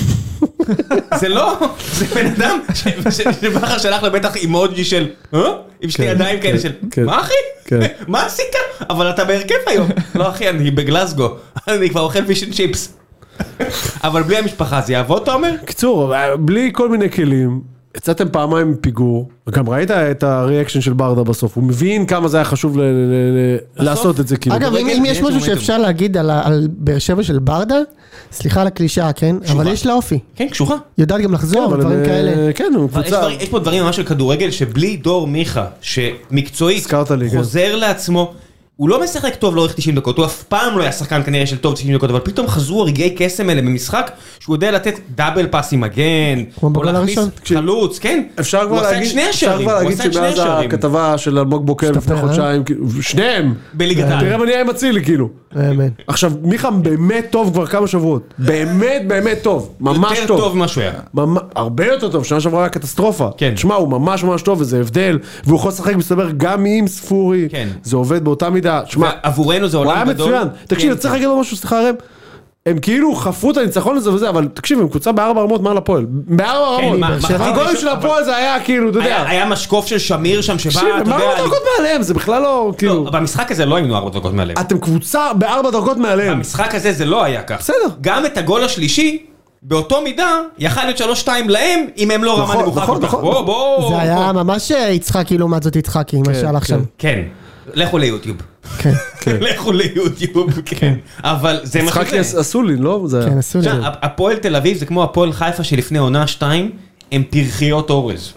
זה לא, זה בן אדם שבחר שלח לבטח אימוג'י של, עם שתי ידיים כאלה של, מה אחי? מה עשית? אבל אתה בהרכב היום. לא אחי, אני בגלסגו, אני כבר אוכל פיש אנד צ'יפס. אבל בלי המשפחה זה יעבוד, אתה אומר? קיצור, בלי כל מיני כלים, יצאתם פעמיים מפיגור, וגם ראית את הריאקשן של ברדה בסוף, הוא מבין כמה זה היה חשוב לעשות את זה. אגב, אם יש משהו שאפשר להגיד על באר שבע של ברדה, סליחה על הקלישאה, כן? אבל יש לה אופי. כן, קשוחה. יודעת גם לחזור, דברים כאלה. כן, הוא קבוצה. יש פה דברים ממש של כדורגל, שבלי דור מיכה, שמקצועית חוזר לעצמו, הוא לא משחק טוב לאורך תשעים דקות, הוא אף פעם לא היה שחקן כנראה של טוב תשעים דקות, אבל פתאום חזרו הרגעי קסם האלה במשחק, שהוא יודע לתת דאבל פאס עם מגן, או להכניס חלוץ, כן? אפשר כבר להגיד, אפשר כבר להגיד שמאז הכתבה של אלמוג בוקר לפני חודשיים, שניהם, בליגת העל. תראה מה נהיה עם אצילי, כאילו. עכשיו, מיכה באמת טוב כבר כמה שבועות, באמת באמת טוב, ממש טוב. יותר טוב ממה שהוא היה. הרבה יותר טוב, שנה שעברה היה קטסטרופה. תשמע, הוא ממש ממש טוב, וזה הבדל, והוא יכול לשחק מסתבר גם עם ספורי, זה עובד באותה מידה. עבורנו זה עולם גדול. הוא היה מצוין. תקשיב, צריך להגיד לו משהו, סליחה הרב. הם כאילו חפרו את הניצחון הזה וזה, אבל תקשיב, הם קבוצה בארבע רמות מעל הפועל. בארבע רמות. הגולים של הפועל זה היה כאילו, אתה יודע. היה משקוף של שמיר שם שבא, אתה יודע. תקשיב, בארבע דרגות מעליהם, זה בכלל לא, כאילו. במשחק הזה לא היינו ארבע דרגות מעליהם. אתם קבוצה בארבע דרגות מעליהם. במשחק הזה זה לא היה כך. בסדר. גם את הגול השלישי, באותו מידה, יכל להיות שלוש שתיים להם, אם הם לא רמה נמוכה. בוא, בוא. זה היה ממש יצחקי לעומת זאת יצחקי, מה שהלך שם. כן. לכו ליוטיוב. כן. לכו ליוטיוב, כן. אבל זה מה שזה. משחק אסולין, לא? כן, אסולין. הפועל תל אביב זה כמו הפועל חיפה שלפני עונה שתיים, הם פרחיות אורז.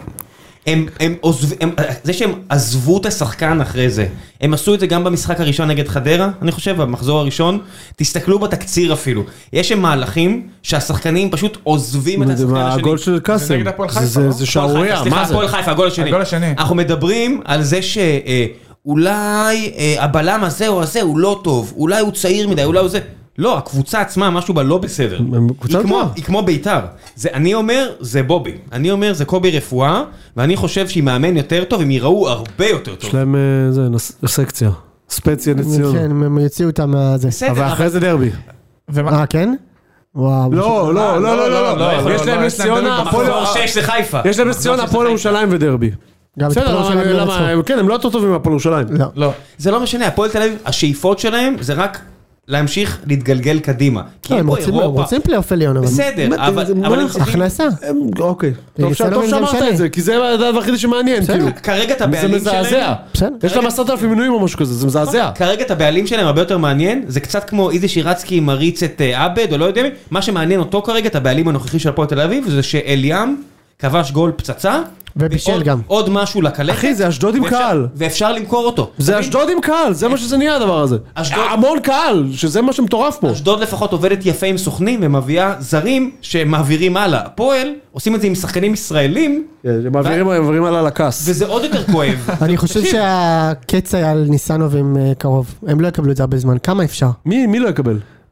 זה שהם עזבו את השחקן אחרי זה, הם עשו את זה גם במשחק הראשון נגד חדרה, אני חושב, במחזור הראשון, תסתכלו בתקציר אפילו, יש שם מהלכים שהשחקנים פשוט עוזבים את השחקן השני. הגול של קאסם, זה שערוריה, מה זה? סליחה, הפועל חיפה, הגול השני. אנחנו מדברים על זה שאולי הבלם הזה או הזה הוא לא טוב, אולי הוא צעיר מדי, אולי הוא זה. לא, הקבוצה עצמה, משהו בה לא בסדר. היא כמו ביתר. אני אומר, זה בובי. אני אומר, זה קובי רפואה, ואני חושב שהיא מאמן יותר טוב, הם יראו הרבה יותר טוב. יש להם, זה, סקציה. ספציה נציון. כן, הם יוציאו אותם מהזה. אבל אחרי זה דרבי. אה, כן? וואו. לא, לא, לא, לא, לא. יש להם נציונה, יש להם נציונה, הפועל ירושלים ודרבי. בסדר, למה? כן, הם לא יותר טובים מהפועל ירושלים. לא. זה לא משנה, הפועל תל אביב, השאיפות שלהם זה רק להמשיך להתגלגל קדימה. הם רוצים פלייאוף עליון. בסדר, אבל הם צריכים... הכנסה. אוקיי. טוב שאמרת את זה, כי זה הדבר הכי שמעניין. כרגע את הבעלים שלהם... זה מזעזע. יש להם עשרת אלפים מינויים או משהו כזה, זה מזעזע. כרגע את הבעלים שלהם הרבה יותר מעניין, זה קצת כמו איזה שירצקי מריץ את עבד, או לא יודע מי, מה שמעניין אותו כרגע, את הבעלים הנוכחי של הפועל תל אביב, זה שאליאם כבש גול פצצה, ובישל גם. עוד משהו לקלטת. אחי, זה אשדוד עם קהל. ואפשר למכור אותו. זה אשדוד עם קהל, זה מה שזה נהיה הדבר הזה. המון קהל, שזה מה שמטורף פה. אשדוד לפחות עובדת יפה עם סוכנים, ומביאה זרים שמעבירים הלאה. הפועל, עושים את זה עם שחקנים ישראלים. מעבירים הלאה לקס. וזה עוד יותר כואב. אני חושב שהקץ היה על ניסנוב עם קרוב. הם לא יקבלו את זה הרבה זמן. כמה אפשר? מי לא יקבל?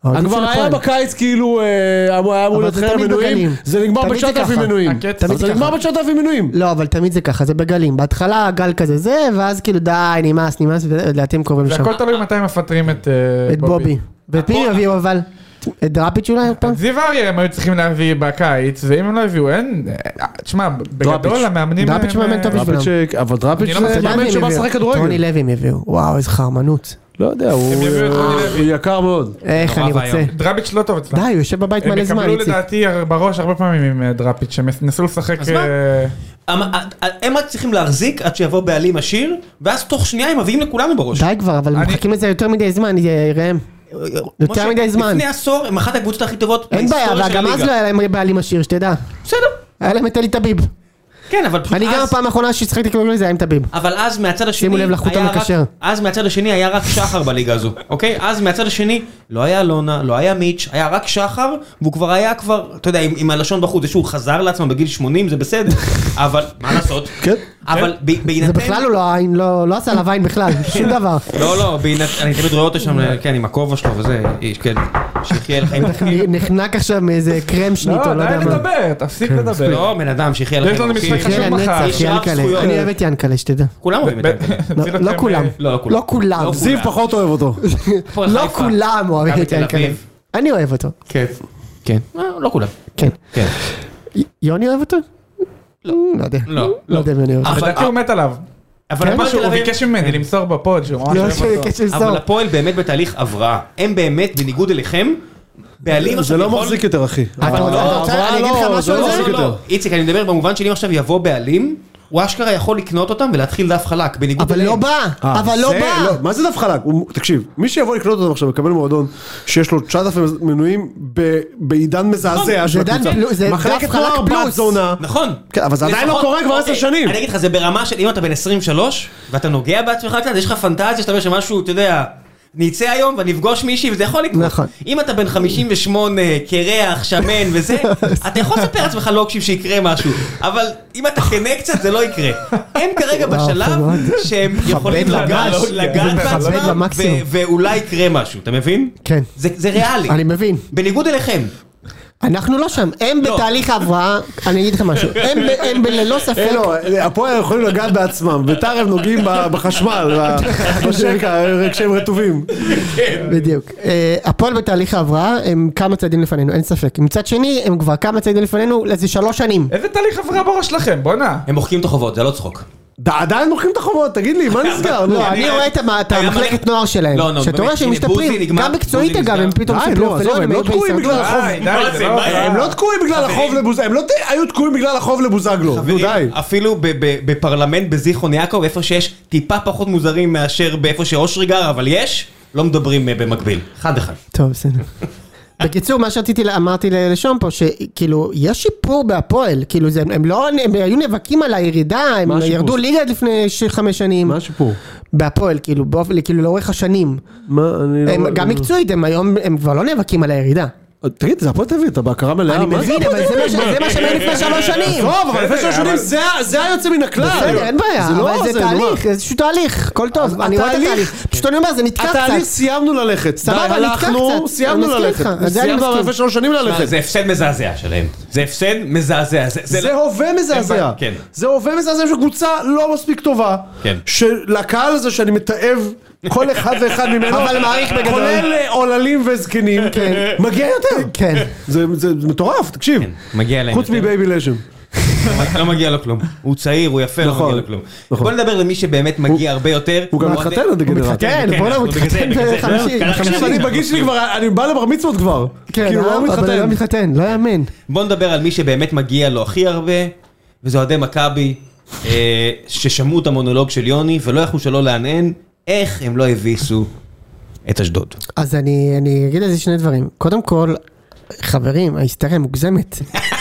כבר היה בקיץ כאילו, היה אמור להיות חרם מנויים, זה נגמר ב-תשעת אלפים מנויים. זה נגמר ב-תשעת אלפים מנויים. לא, אבל תמיד זה ככה, זה בגלים. בהתחלה גל כזה זה, ואז כאילו די, נמאס, נמאס, ולעתים קוראים לשם. והכל תלוי מתי מפטרים את בובי. ואת מי יביאו אבל? את דראפיץ' אולי? את זיו אריה הם היו צריכים להביא בקיץ, ואם הם לא הביאו, אין... תשמע, בגדול המאמנים... דראפיץ' מאמן טוב בשבילם. אבל דראפיץ' זה מאמן שבא לשחק כדורגל. טוני לוי הם יביאו. וואו, איזה חרמנות. לא יודע, הוא יקר מאוד. איך אני רוצה. דראפיץ' לא טוב אצלם. די, הוא יושב בבית מלא זמן. הם יקבלו לדעתי בראש הרבה פעמים עם דראפיץ', שהם נסו לשחק... הם רק צריכים להחזיק עד שיבוא בעלים עשיר, ואז תוך שנייה הם מביאים לכולנו בראש. די כבר, אבל מחכים לזה יותר מדי זמן, ראם. יותר מדי זמן. לפני עשור הם אחת הקבוצות הכי טובות. אין בעיה, וגם אז לא היה להם בעלים עשיר, שתדע. בסדר. היה להם את אלי טביב. כן, אבל פשוט אז... אני גם הפעם האחרונה ששחקתי כדורגל זה היה עם טביב. אבל אז מהצד השני... שימו לב לחוט המקשר. אז מהצד השני היה רק שחר בליגה הזו, אוקיי? אז מהצד השני לא היה לונה, לא היה מיץ', היה רק שחר, והוא כבר היה כבר, אתה יודע, עם הלשון בחוץ, זה שהוא חזר לעצמו בגיל שמונים, זה בסדר. אבל, מה לעשות? כן. אבל בהינתן... זה בכלל הוא לא עשה עליו עין בכלל, שום דבר. לא, לא, אני תמיד רואה אותו שם, כן, עם הכובע שלו וזה, כן, שיחיה לחיים. נחנק עכשיו מאיזה קרם שנית, או לא יודע מה. לא, די לדבר, תפסיק לדבר. לא, בן אדם, שיחיה לחיים. שיחיה לנצח, ינקלה. אני אוהב את ינקלה, שתדע. כולם אוהבים את ינקלה. לא כולם. לא כולם. זיו פחות אוהב אותו. לא כולם אוהבים את ינקלה. אני אוהב אותו. כן. כן. לא כולם. כן. כן. יוני אוהב אותו? לא. לא יודע. לא. לא יודע מי אני אוהב. לדעתי הוא מת עליו. אבל הוא ביקש ממני למסור בפוד שהוא ממש אוהב אותו. אבל הפועל באמת בתהליך הבראה. הם באמת, בניגוד אליכם, בעלים זה לא מחזיק יותר, אחי. אני אגיד לך משהו על זה? איציק, אני מדבר במובן שלי עכשיו יבוא בעלים, הוא אשכרה יכול לקנות אותם ולהתחיל דף חלק, בניגוד אליהם. אבל לא בא, אבל לא בא. מה זה דף חלק? תקשיב, מי שיבוא לקנות אותם עכשיו, מקבל מועדון שיש לו תשעת אלפים מנויים בעידן מזעזע של הקבוצה. מחלקת נוער בת זונה. נכון. אבל זה עדיין לא קורה כבר עשר שנים. אני אגיד לך, זה ברמה של אם אתה בן עשרים ושלוש, ואתה נוגע בעצמך קצת, יש לך פנטזיה שאתה אומר שמשהו, אתה יודע, נצא היום ונפגוש מישהי וזה יכול לקרות. נכון. אם אתה בן חמישים ושמונה, קרח, שמן וזה, אתה יכול לספר לעצמך לא קשיב שיקרה משהו, אבל אם אתה כנה קצת זה לא יקרה. הם כרגע בשלב שהם יכולים לגעת בעצמם ואולי יקרה משהו, אתה מבין? כן. זה ריאלי. אני מבין. בניגוד אליכם. אנחנו לא שם, הם בתהליך הבראה, אני אגיד לך משהו, הם ללא ספק... הפועל יכולים לגעת בעצמם, בית"ר הם נוגעים בחשמל, בשקע, כשהם רטובים. בדיוק. הפועל בתהליך הבראה, הם כמה צעדים לפנינו, אין ספק. מצד שני, הם כבר כמה צעדים לפנינו, לזה שלוש שנים. איזה תהליך הבראה בראש לכם? בוא נע. הם מוחקים את החובות, זה לא צחוק. עדיין מוחקים את החובות, תגיד לי, מה נסגר? לא, אני רואה את המחלקת נוער שלהם, שאתה רואה שהם משתפרים, גם מקצועית אגב, הם פתאום סיפלו, הם לא תקועים בגלל החוב, הם לא תקועים בגלל החוב לבוזגלו, הם לא היו תקועים בגלל החוב לבוזגלו, די. אפילו בפרלמנט בזיכרון יעקב, איפה שיש טיפה פחות מוזרים מאשר באיפה שאושרי גר, אבל יש, לא מדברים במקביל, אחד אחד. טוב, בסדר. בקיצור, מה שרציתי, אמרתי לשום פה, שכאילו, יש שיפור בהפועל, כאילו, הם לא, הם היו נאבקים על הירידה, הם ירדו ליגה לפני חמש שנים. מה השיפור? בהפועל, כאילו, כאילו, לאורך השנים. מה, אני לא... גם מקצועית, הם היום, הם כבר לא נאבקים על הירידה. תגיד, זה הפועל תל אביב, אתה בהכרה מלאה. אני מבין, אבל זה מה שהיה לפני שלוש שנים. טוב, אבל לפני שלוש שנים זה היה יוצא מן הכלל. בסדר, אין בעיה, אבל זה תהליך, זה איזשהו תהליך, כל טוב, אני רואה את התהליך. פשוט אני אומר, זה נתקע קצת. התהליך סיימנו ללכת. סבבה, נתקע קצת. סיימנו ללכת. סיימנו לפני שלוש שנים ללכת. זה הפסד מזעזע שלהם. זה הפסד מזעזע. זה הווה מזעזע. זה הווה מזעזע של קבוצה לא מספיק טובה. שלקהל הזה שאני מתאהב כל אחד ואחד ממנו, אבל מעריך בגדול, כולל עוללים וזקנים, מגיע יותר. כן. זה מטורף, תקשיב. מגיע להם. חוץ מבייבי לשם. לא מגיע לו כלום. הוא צעיר, הוא יפה, לא מגיע לו כלום. בוא נדבר למי שבאמת מגיע הרבה יותר. הוא גם מתחתן עד הגנרט. מתחתן, בוא נדבר, הוא מתחתן בחמישי. תקשיב, אני בגיל שלי כבר, אני בא לבר מצוות כבר. כן, אבל לא מתחתן, לא יאמן. בוא נדבר על מי שבאמת מגיע לו הכי הרבה, וזה אוהדי מכבי, ששמעו את המונולוג של יוני, ולא יכלו שלא לענן, איך הם לא הביסו את אשדוד. אז אני, אני אגיד על זה שני דברים. קודם כל, חברים, ההיסטריה מוגזמת.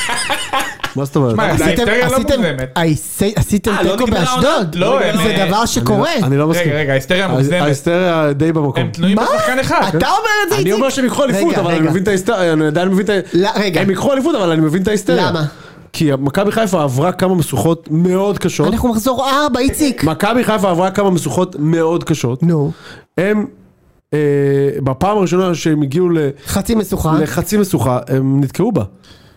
מה זאת אומרת? ההיסטריה לא מוגזמת. עשיתם תיקו באשדוד? זה דבר שקורה. אני לא מסכים. רגע, רגע, ההיסטריה מוגזמת. ההיסטריה די במקום. הם תלויים בשחקן אחד. אתה אומר את זה, איציק? אני אומר שהם יקחו אליפות, אבל אני מבין את ההיסטריה. אני עדיין מבין את ההיסטריה. הם יקחו אליפות, אבל אני מבין את ההיסטריה. למה? כי מכבי חיפה עברה כמה משוכות מאוד קשות. אנחנו מחזור ארבע, איציק. מכבי חיפה עברה כמה משוכות מאוד קשות. נו. הם בפעם הראשונה שהם הגיעו חצי משוכה. לחצי משוכה, הם נתקעו בה.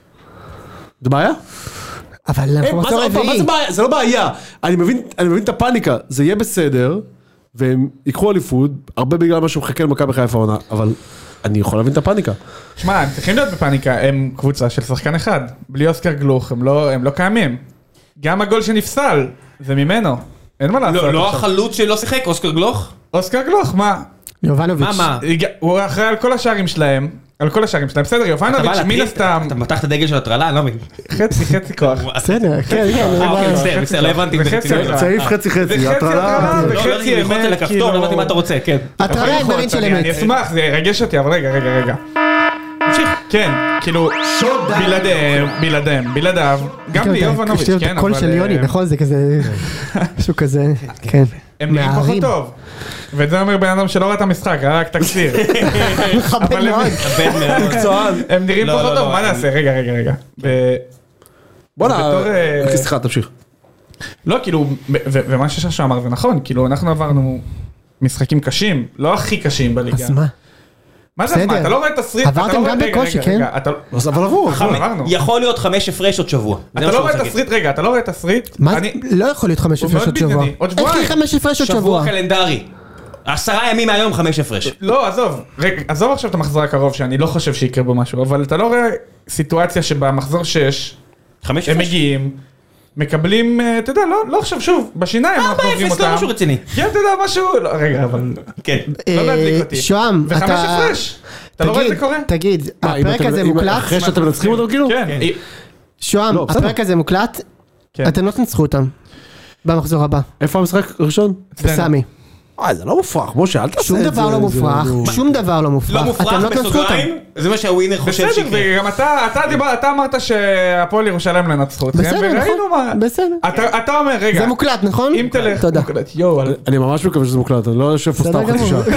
זה בעיה? אבל אנחנו מחזור רביעי. זה לא בעיה, אני מבין את הפאניקה, זה יהיה בסדר, והם יקחו אליפות, הרבה בגלל מה שמחכה למכבי חיפה העונה, אבל אני יכול להבין את הפאניקה. שמע, הם צריכים להיות בפאניקה, הם קבוצה של שחקן אחד, בלי אוסקר גלוך, הם לא, הם לא קיימים. גם הגול שנפסל, זה ממנו, אין מה לעשות. לא, לא החלוץ שלא שיחק, אוסקר גלוך? אוסקר גלוך, מה? יובנוביץ'. מה, מה? הוא אחראי על כל השערים שלהם, על כל השערים שלהם, בסדר, יובנוביץ' מן הסתם. אתה מתח את הדגל של הטרלה, אני לא מבין. חצי, חצי כוח. בסדר, כן, כן. בסדר, לא הבנתי. צעיף חצי חצי, הטרלה. וחצי אמת, על הכפתור, לא הבנתי מה אתה רוצה, כן. הטרלה עם גרעין של אמת. אני אשמח, זה ירגש אותי, אבל רגע, רגע, רגע. תמשיך. כן, כאילו, בלעדיהם, בלעדיהם, בלעדיו, גם לי יובנוביץ', כן, אבל... קול של יוני, נכון? זה כזה, משהו כזה, כן. הם נראים פחות טוב. ואת זה אומר בן אדם שלא ראה את המשחק, רק תקציר. מכבד מאוד. מקצוען. הם נראים פחות טוב, מה נעשה? רגע, רגע, רגע. בוא'נה, סליחה, תמשיך. לא, כאילו, ומה שששו אמר זה נכון, כאילו, אנחנו עברנו משחקים קשים, לא הכי קשים בליגה. אז מה? מה זה, אז מה? אתה לא רואה את הסריט? עברתם גם בקושי, כן? אבל עברו, עברנו. יכול להיות חמש הפרש עוד שבוע. אתה לא רואה את הסריט, רגע, אתה לא רואה את הסריט? מה? לא יכול להיות חמש הפרש עוד שבוע. איך היא חמש הפרש עוד שבוע? שבוע קלנדרי. עשרה ימים מהיום חמש הפרש. לא, עזוב. רגע, עזוב עכשיו את המחזור הקרוב, שאני לא חושב שיקרה בו משהו, אבל אתה לא רואה סיטואציה שבה מחזור שש, הם מגיעים, מקבלים, אתה יודע, לא עכשיו שוב, בשיניים אנחנו עוברים אותם. לא משהו רציני. כן, אתה יודע, משהו, רגע, אבל... כן. לא להדליק אותי. שוהם, אתה... וחמש הפרש. אתה לא רואה את זה קורה? תגיד, הפרק הזה מוקלט? אחרי שאתם מנצחים אותו כאילו? כן. שוהם, הפרק הזה מוקלט? אתם לא תנצחו אותם. במחזור הבא. איפה המשחק הראשון? בסמי. אה, זה לא מופרך, משה, אל תעשה את זה. שום דבר לא מופרך, שום דבר לא מופרך. לא מופרך בסוגריים? זה מה שהווינר חושב שיקרה. בסדר, וגם אתה אמרת שהפועל ירושלים לנצחו אתכם, וראינו מה. בסדר. אתה אומר, רגע. זה מוקלט, נכון? אם תלך. תודה. אני ממש מקווה שזה מוקלט, אני לא יושב פה סתם חצי שעה.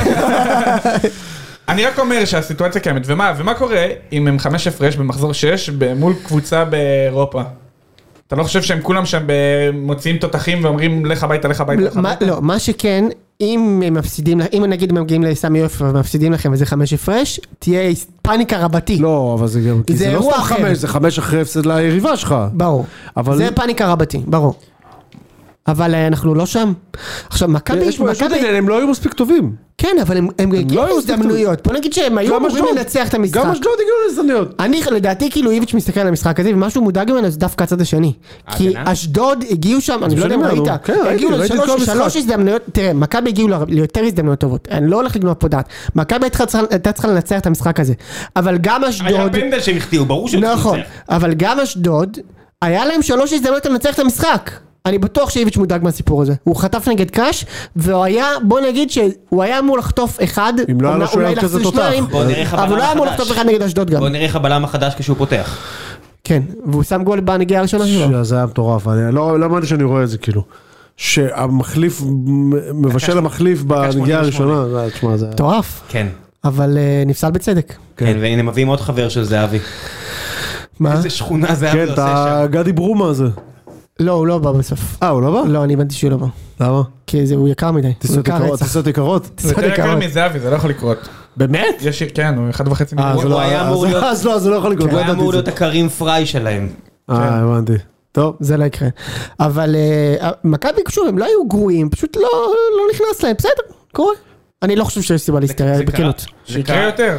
אני רק אומר שהסיטואציה קיימת, ומה, ומה קורה אם הם חמש הפרש במחזור שש מול קבוצה באירופה? אתה לא חושב שהם כולם שם מוציאים תותחים ואומרים לך הביתה, לך הביתה? לא, מה שכן, אם הם מפסידים, אם נגיד הם מגיעים לסמי יופי ומפסידים לכם וזה חמש הפרש, תהיה פאניקה רבתי. לא, אבל זה גם, זה לא סתם חמש, זה חמש אחרי הפסד ליריבה שלך. ברור, זה פאניקה רבתי, ברור. אבל אנחנו לא שם. עכשיו, מכבי... הם לא היו מספיק טובים. כן, אבל הם הגיעו להזדמנויות. בוא נגיד שהם היו אמורים לנצח את המשחק. גם אשדוד הגיעו להזדמנויות. אני, לדעתי, כאילו איביץ' מסתכל על המשחק הזה, ומשהו מודאג ממנו זה דווקא הצד השני. כי אשדוד הגיעו שם, אני לא יודע אם ראית, הגיעו לשלוש הזדמנויות, תראה, מכבי הגיעו ליותר הזדמנויות טובות. אני לא הולך לגנוב פה דעת. מכבי הייתה צריכה לנצח את המשחק הזה. אבל גם אשדוד... היה פנדל שהם החטיאו, ברור שהם צריכים לנצח. נכון, אבל גם אשדוד, היה להם שלוש הזדמנויות לנצח את המשחק. אני בטוח שאיביץ' מודאג מהסיפור הזה. הוא חטף נגד קאש, והוא היה, בוא נגיד שהוא היה אמור לחטוף אחד, אם לא היה לו שוער כזה תותח. אבל הוא לא היה אמור לחטוף אחד נגד אשדוד גם. בוא נראה איך הבלם החדש כשהוא פותח. כן, והוא שם גול בנגיעה הראשונה שלו. זה היה מטורף, לא אמרתי שאני רואה את זה כאילו. שהמחליף, מבשל המחליף בנגיעה הראשונה, זה מטורף. כן. אבל נפסל בצדק. כן, והנה מביאים עוד חבר של זהבי. מה? איזה שכונה זהבי עושה שם. כן, את גדי ברומה הזה. לא, הוא לא בא בסוף. אה, הוא לא בא? לא, אני הבנתי שהוא לא בא. למה? כי הוא יקר מדי. טיסות יקרות? זה יותר יקר מזהבי, זה לא יכול לקרות. באמת? יש, כן, הוא אחד וחצי מיליון. הוא היה אמור להיות... אז לא, זה לא יכול לקרות. הוא היה אמור להיות הקרים פריי שלהם. אה, הבנתי. טוב. זה לא יקרה. אבל מכבי קשור, הם לא היו גרועים, פשוט לא נכנס להם, בסדר, קורה. אני לא חושב שיש סיבה להסתכל, בכנות. שיקרה יותר.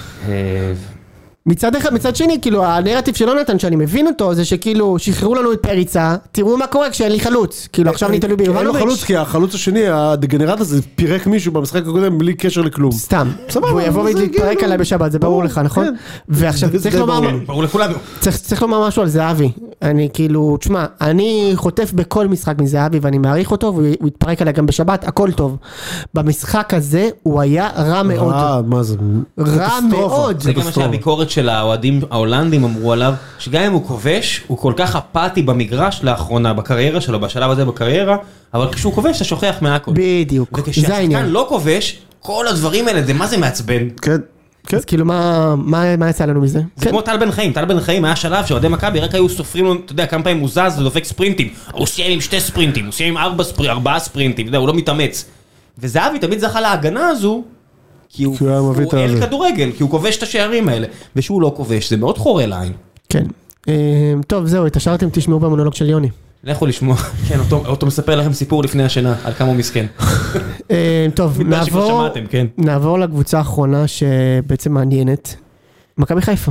מצד אחד, מצד שני, כאילו, הנרטיב שלא נתן, שאני מבין אותו, זה שכאילו, שחררו לנו את פריצה, תראו מה קורה כשאין לי חלוץ, כאילו, עכשיו אני תלוי ביובנוביץ'. אין לו חלוץ, כי החלוץ השני, הדגנרט הזה, פירק מישהו במשחק הקודם, בלי קשר לכלום. סתם. והוא יבוא ולהתפרק עליי בשבת, זה ברור לך, נכון? ועכשיו, צריך לומר... ברור לכולנו. צריך לומר משהו על זהבי. אני כאילו, תשמע, אני חוטף בכל משחק מזהבי, ואני מעריך אותו, והוא יתפרק עליי גם בשבת, הכל טוב. במשחק הזה, הוא היה רע מאוד. מה זה? רע מאוד. זה גם שהביקורת של האוהדים ההולנדים אמרו עליו, שגם אם הוא כובש, הוא כל כך אפאתי במגרש לאחרונה, בקריירה שלו, בשלב הזה בקריירה, אבל כשהוא כובש, אתה שוכח מהכל. בדיוק. וכשהשחקן לא כובש, כל הדברים האלה, זה מה זה מעצבן? כן. אז כאילו, מה יצא לנו מזה? זה כמו טל בן חיים, טל בן חיים היה שלב שאוהדי מכבי רק היו סופרים לו, אתה יודע, כמה פעמים הוא זז ודופק ספרינטים, הוא סיים עם שתי ספרינטים, הוא סיים עם ארבעה ספרינטים, הוא לא מתאמץ. וזהבי תמיד זכה להגנה הזו, כי הוא כי הוא היה מביא את הוא אל הזה. כדורגל, כי הוא כובש את השערים האלה, ושהוא לא כובש, זה מאוד חורה לעין. כן. אה, טוב, זהו, התעשרתם, תשמעו במונולוג של יוני. לכו לשמוע, כן, אותו, אותו מספר לכם סיפור לפני השנה, על כמה הוא מסכן. אה, טוב, מתברר שכבר נעבור, שמעתם, כן. נעבור לקבוצה האחרונה שבעצם מעניינת. מכבי חיפה.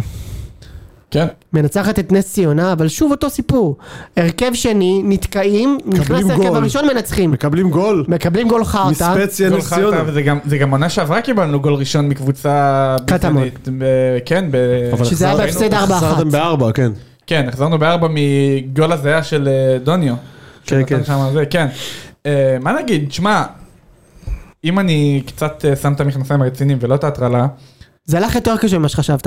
כן. מנצחת את נס ציונה, אבל שוב אותו סיפור. הרכב שני, נתקעים, נכנס הרכב גול. הראשון, מנצחים. מקבלים גול. מקבלים גול חרטה. מספציה גול נס חרטה, ציונה. וזה גם- זה גם עונה שעברה קיבלנו גול ראשון מקבוצה... קטמון. ביזנית, ב- כן, ב- שזה היה בהפסד ארבע אחת. חזרתם בארבע, כן. כן, החזרנו בארבע מגול הזיה של אה, דוניו. כן, שנתן כן. שם זה, כן. אה, מה נגיד, שמע, אם אני קצת אה, שם את המכנסיים הרציניים ולא את ההטרלה, זה הלך יותר קשה ממה שחשבת.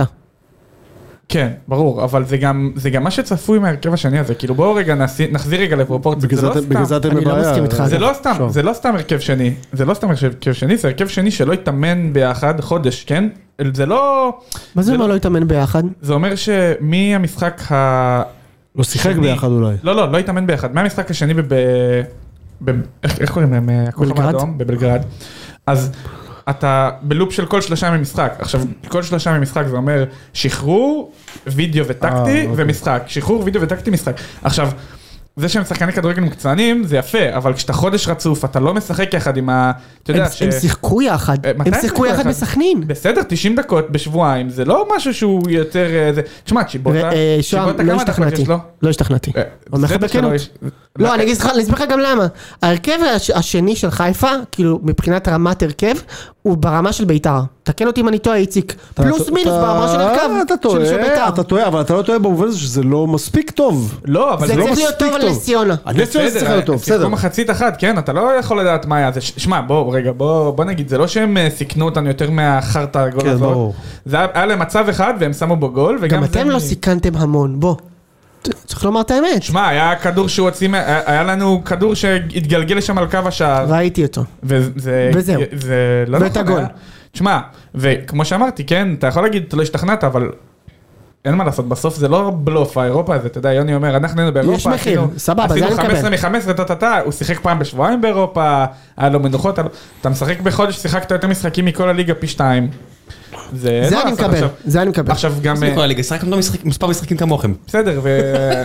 כן, ברור, אבל זה גם, זה גם מה שצפוי מהרכב השני הזה, כאילו בואו רגע נסי- נחזיר רגע לפרופורציות, בגלל זה זה לא אתם- בגלל זה סתם, אתם אני לא בבעיה. מסכים איתך. זה לא סתם, שוב. זה לא סתם הרכב שני, זה לא סתם הרכב שני, זה הרכב שני שלא התאמן ביחד חודש, כן? זה לא, מה זה אומר לא התאמן ביחד? זה אומר שמהמשחק ה... לא שיחק שני- ביחד אולי. לא, לא, לא התאמן ביחד. מהמשחק השני בב... ב... איך, איך קוראים להם? הכוכב בלגרד? האדום? בבלגרד. אז אתה בלופ של כל שלושה ממשחק. עכשיו, כל שלושה ממשחק זה אומר שחרור, וידאו וטקטי אה, אוקיי. ומשחק. שחרור, וידאו וטקטי, משחק. עכשיו, זה שהם שחקני כדורגל מקצוענים זה יפה, אבל כשאתה חודש רצוף, אתה לא משחק יחד עם ה... אתה הם יודע ש... הם שיחקו יחד. אה, מתי הם הם שיחקו שיחקו יחד יחד? בסכנין. בסדר, תשעים דקות בשבועיים, זה לא משהו שהוא יותר... אה, זה... תשמע, צ'יבוטה... אה, שוהם, צ'יבוטה לא כמה דקות השתכנעתי. יש לו? לא השתכנעתי. אה, אומר לך בסדר שלא בכנות. יש- לא, אני אגיד לך, אני אסביר לך גם למה. ההרכב הש- השני של חיפה, כאילו מבחינת רמת הרכב, הוא ברמה של בית"ר. תקן אותי אם אני טועה, איציק. פלוס אתה- מינוס אתה- ברמה של הרכב. אתה של- של טועה, בית"ר. אתה טועה, אבל אתה לא טועה במובן הזה שזה לא מספיק טוב. לא, אבל זה זה לא צריך להיות מספיק טוב על טוב. נס ציונה. הנס ציונה זה צריך להיות טוב, בסדר. שיחקו מחצית אחת, כן, אתה לא יכול לדעת מה היה זה. ש- שמע, בוא, רגע, בוא בוא נגיד, זה לא שהם אה, סיכנו אותנו יותר מהחרטא הגול כן, הזאת. ברור. זה היה היה להם מצב אחד והם שמו בו גול, וגם גם זה... אתם לא סיכנתם המון, בוא. צריך לומר את האמת. שמע, היה כדור שהוא הוציא, מה- היה היה לנו כדור שהתגלגל לשם על קו השער. ראיתי אותו. וזה... וזהו. זה לא ואת נכון. הגול. היה- שמע, וכמו שאמרתי, כן, אתה יכול להגיד, אתה לא השתכנעת, אבל... אין מה לעשות, בסוף זה לא בלוף, האירופה הזה, אתה יודע, יוני אומר, אנחנו היינו באירופה, יש מחיר, עשינו- סבבה, זה עשינו אני מקבל. חמש עשרה מ-חמש עשרה, טה-טה-טה, הוא שיחק פעם בשבועיים באירופה, היה לו מנוחות, היה לו- אתה משחק בחודש, שיחקת יותר משחקים מכל הליגה פי שתיים. זה אין זה מה אני לעשות. מקבל, עכשיו- זה אני מקבל. עכשיו גם, זה אה, כל הליגה, שחקנו לא משחק- מספר משחקים כמוכם. בסדר, ו...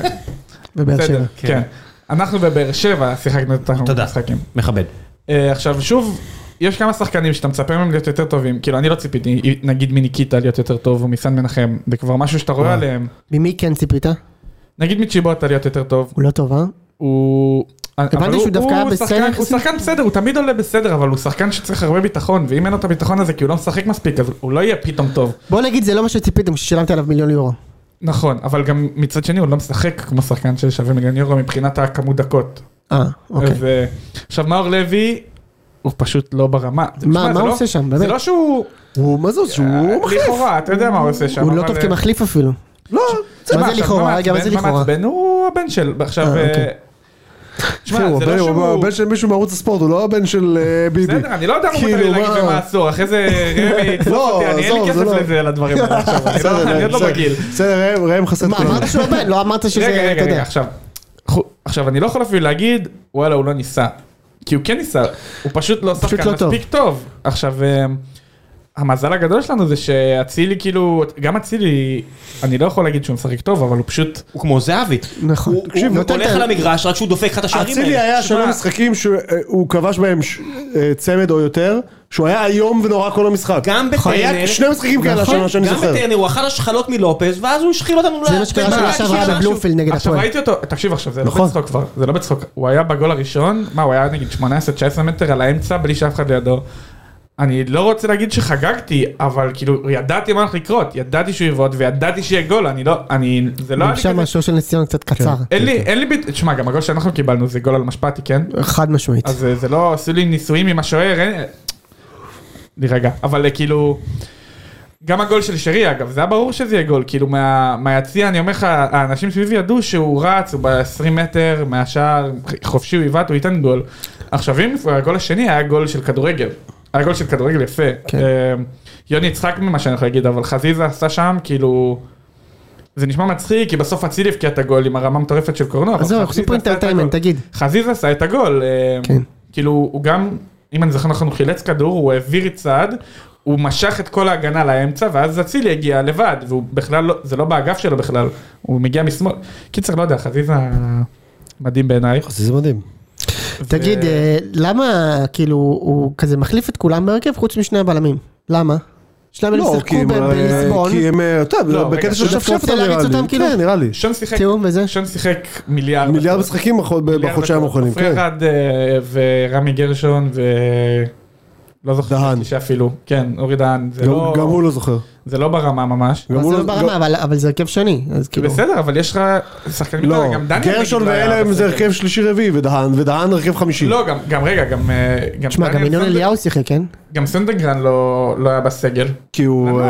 בבאר בסדר, שבע. כן. אנחנו בבאר שבע שיחקנו את תודה. המשחקים. מכבד. אה, עכשיו שוב, יש כמה שחקנים שאתה מצפה מהם להיות יותר טובים, כאילו אני לא ציפיתי, נגיד מניקיטה להיות יותר טוב, או מסן מנחם, זה כבר משהו שאתה רואה עליהם, ממי כן ציפית? נגיד מצ'יבוטה להיות יותר טוב, הוא לא טוב, אה? הוא... אבל הוא- שהוא דווקא הוא היה שחקן- בסדר הוא יחסית. שחקן בסדר, הוא תמיד עולה בסדר, אבל הוא שחקן שצריך הרבה ביטחון, ואם אין לו את הביטחון הזה כי הוא לא משחק מספיק, אז הוא לא יהיה פתאום טוב. בוא נגיד זה לא מה שציפיתם ששילמתי עליו מיליון יורו. נכון, אבל גם מצד שני הוא לא משחק כמו שחקן ששווה מיליון יורו מבחינת הכמות דקות. אה, אוקיי. אז, אה, עכשיו מאור לוי, הוא פשוט לא ברמה. מה- תשמע, מה זה הוא לא- עושה שם, זה באמת? לא שהוא... הוא, מה זה, שהוא מחליף. לכאורה, אתה יודע מה הוא עושה שם. הוא לא אבל, טוב אה, כמחליף אפילו. לא, תשמע, מה זה עכשיו, לכאורה? מה רגע, מה זה מעצבן? לכאורה? מה מעצבן? הוא הבן של... עכשיו... אה, אה, אוקיי. תשמע, אחי, הוא זה הבן- לא הוא שהוא... הבן של מישהו מערוץ הספורט, הוא לא הבן של אה, ביבי. בסדר, אני לא יודע מה מותר כאילו, לי להגיד מה- ומה אסור, אחרי זה רמי יתפוס לא, אותי, אני אין לי עזוב, זה כסף לא. לזה לדברים האלה עכשיו, אני לא- בסדר, אני עוד לא בסדר. בגיל. בסדר, ראם- ראם חסד מה, כולם. אמרת שהוא הבן, לא אמרת שזה, רגע, רגע, אתה רגע, יודע. עכשיו, חו- עכשיו אני לא יכול אפילו להגיד, וואלה, הוא לא ניסה. כי הוא כן ניסה, הוא פשוט לא פשוט שחקן לא טוב. מספיק טוב. עכשיו, אה, המזל הגדול שלנו זה שאצילי כאילו, גם אצילי, אני לא יכול להגיד שהוא משחק טוב, אבל הוא פשוט... הוא כמו זהבי. נכון. הוא תקשיב, הוא נותן הולך את ה- על המגרש רק שהוא דופק לך את השערים אצילי האלה. היה שמע- שלוש משחקים שהוא כבש בהם ש- אה, צמד או יותר, שהוא היה איום ונורא כל המשחק. גם היה בטרנר, שני משחקים כאלה נכון, השנה שאני גם זוכר. בטרנר הוא אכל השחלות מלופס, ואז הוא השחיל אותנו... זה ל- מה שקרה בין שנה שני שעברה משהו. בבלומפילד נגד עכשיו הפועל. ראיתי אותו, תקשיב עכשיו, זה לא נכון. בצחוק כבר, זה לא בצחוק, הוא היה בגול הראשון, מה הוא היה נגיד שמונה עשרה תשע עשרה מטר על האמצע בלי שאף אחד לידו. אני לא רוצה להגיד שחגגתי, אבל כאילו ידעתי מה הולך לקרות, ידעתי שהוא יבעוט וידעתי שיהיה גול, אני לא, אני, זה לא היה לי שם כזה, השור של נס ציונה קצת קצר. אין לי, אין לי ביט, תשמע, גם הגול שאנחנו קיבלנו זה גול על משפטי, כן? חד משמעית. אז אה, זה לא, עשו לי ניסויים עם השוער, אין... לי רגע, אבל אה, כאילו, גם הגול של שרי אגב, זה היה ברור שזה יהיה גול, כאילו מה, מהיציע, אני אומר לך, האנשים סביבי ידעו שהוא רץ, הוא ב-עשרים מטר מהשער, חופשי הוא יבעט, הוא ייתן גול. עכשיו אם הגול השני היה גול של כדורגל, היה גול של כדורגל יפה. כן. אה, יוני יצחק ממה שאני יכול להגיד, אבל חזיזה עשה שם, כאילו... זה נשמע מצחיק, כי בסוף אצילי הבקיע את הגול עם הרמה מטורפת של קורנו. אבל אז זהו, חזיזה אנחנו עושים פה עשה את אינטרטיימנט, הגול. תגיד. חזיזה עשה את הגול. אה, כן. כאילו, הוא גם, אם אני זוכר נכון, הוא חילץ כדור, הוא העביר צעד, הוא משך את כל ההגנה לאמצע, ואז אצילי הגיע לבד, והוא בכלל לא, זה לא באגף שלו בכלל, הוא מגיע משמאל. קיצר, לא יודע, חזיזה מדהים בעיניי. חזיזה מדהים. תגיד, למה כאילו הוא כזה מחליף את כולם בהרכב חוץ משני הבלמים? למה? שלהם הם שיחקו בליסבון. כי הם, אתה יודע, בקטע של שפשפת נראה לי. כן, נראה לי. שון שיחק מיליארד. מיליארד משחקים בחודשיים האחרונים. עופרי ארד ורמי גרשון ו... לא זוכר שאפילו, כן, אורי דהן. גם הוא לא זוכר. זה לא ברמה ממש. זה לא ברמה, אבל זה הרכב שני. בסדר, אבל יש לך שחקנים לא, גרשון ואלם זה הרכב שלישי רביעי, ודהן, ודהן הרכב חמישי. לא, גם רגע, גם... תשמע, גם ינון אליהו שיחק, כן? גם סונדגרן לא היה בסגל. כי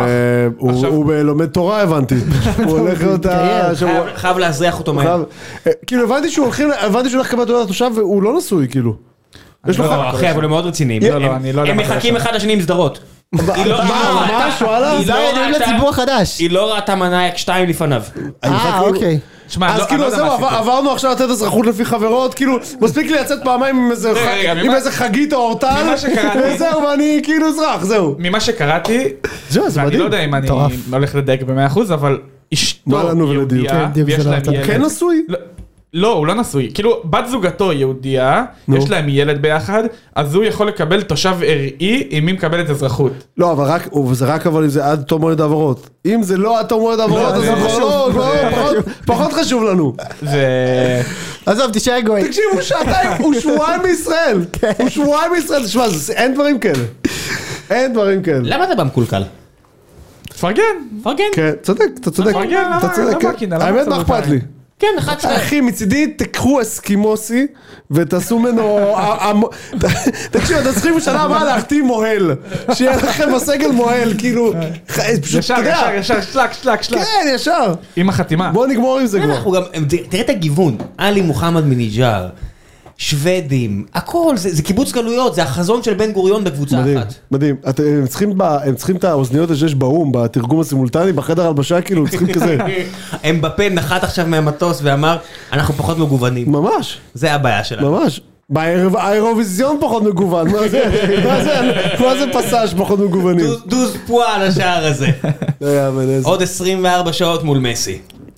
הוא לומד תורה, הבנתי. הוא הולך להיות... חייב להזריח אותו מהר. כאילו, הבנתי שהוא הולך לקבל תעודת התושב, והוא לא נשוי, כאילו. לא, אחי, אבל הם מאוד רציניים. הם מחכים אחד לשני עם סדרות. ממש, וואלה? זה ידעים לציבור החדש. היא לא ראתה מנאייק שתיים לפניו. אה, אוקיי. אז כאילו זהו, עברנו עכשיו לתת אזרחות לפי חברות, כאילו מספיק לי לצאת פעמיים עם איזה חגית או אורטל, וזהו, ואני כאילו אזרח, זהו. ממה שקראתי, זה ואני לא יודע אם אני הולך לדייק ב-מאה אחוז, אבל אשתו יהודיה, ויש להם ילד. כן נשוי? לא, הוא לא נשוי, כאילו בת זוגתו יהודיה, יש להם ילד ביחד, אז הוא יכול לקבל תושב ארעי אם היא מקבלת אזרחות. לא, אבל רק, זה רק אבל אם זה עד תום מועד העברות. אם זה לא עד תום מועד העברות, אז פחות חשוב לנו. זה... עזוב, תשאר גוי. תקשיב, הוא שעתיים, הוא שבועיים בישראל. הוא שבועיים בישראל, תשמע, אין דברים כאלה. אין דברים כאלה. למה אתה במקולקל? פרגן. פרגן. כן, צודק, אתה צודק. פרגן, למה? האמת, מה אכפת לי? כן, אחד שלך. אחי, מצידי תקחו אסקימוסי ותעשו ממנו... תקשיב, אתה צריכים בשנה הבאה להחתים מוהל. שיהיה לכם בסגל מוהל, כאילו... ישר, ישר, ישר, שלק, שלק, שלק. כן, ישר. עם החתימה. בוא נגמור עם זה כבר. תראה את הגיוון. עלי מוחמד מניג'אר. שוודים, הכל, זה, זה קיבוץ גלויות, זה החזון של בן גוריון בקבוצה מדהים, אחת. מדהים, את, הם, צריכים ב, הם צריכים את האוזניות שיש באום, בתרגום הסימולטני, בחדר הלבשה, כאילו, צריכים כזה. הם בפה נחת עכשיו מהמטוס ואמר, אנחנו פחות מגוונים. ממש. זה הבעיה שלנו. ממש. באירוויזיון פחות מגוון, מה זה? מה זה? מה זה פסאז' פחות מגוונים? דוז פועה על השער הזה. עוד עשרים וארבע שעות מול מסי.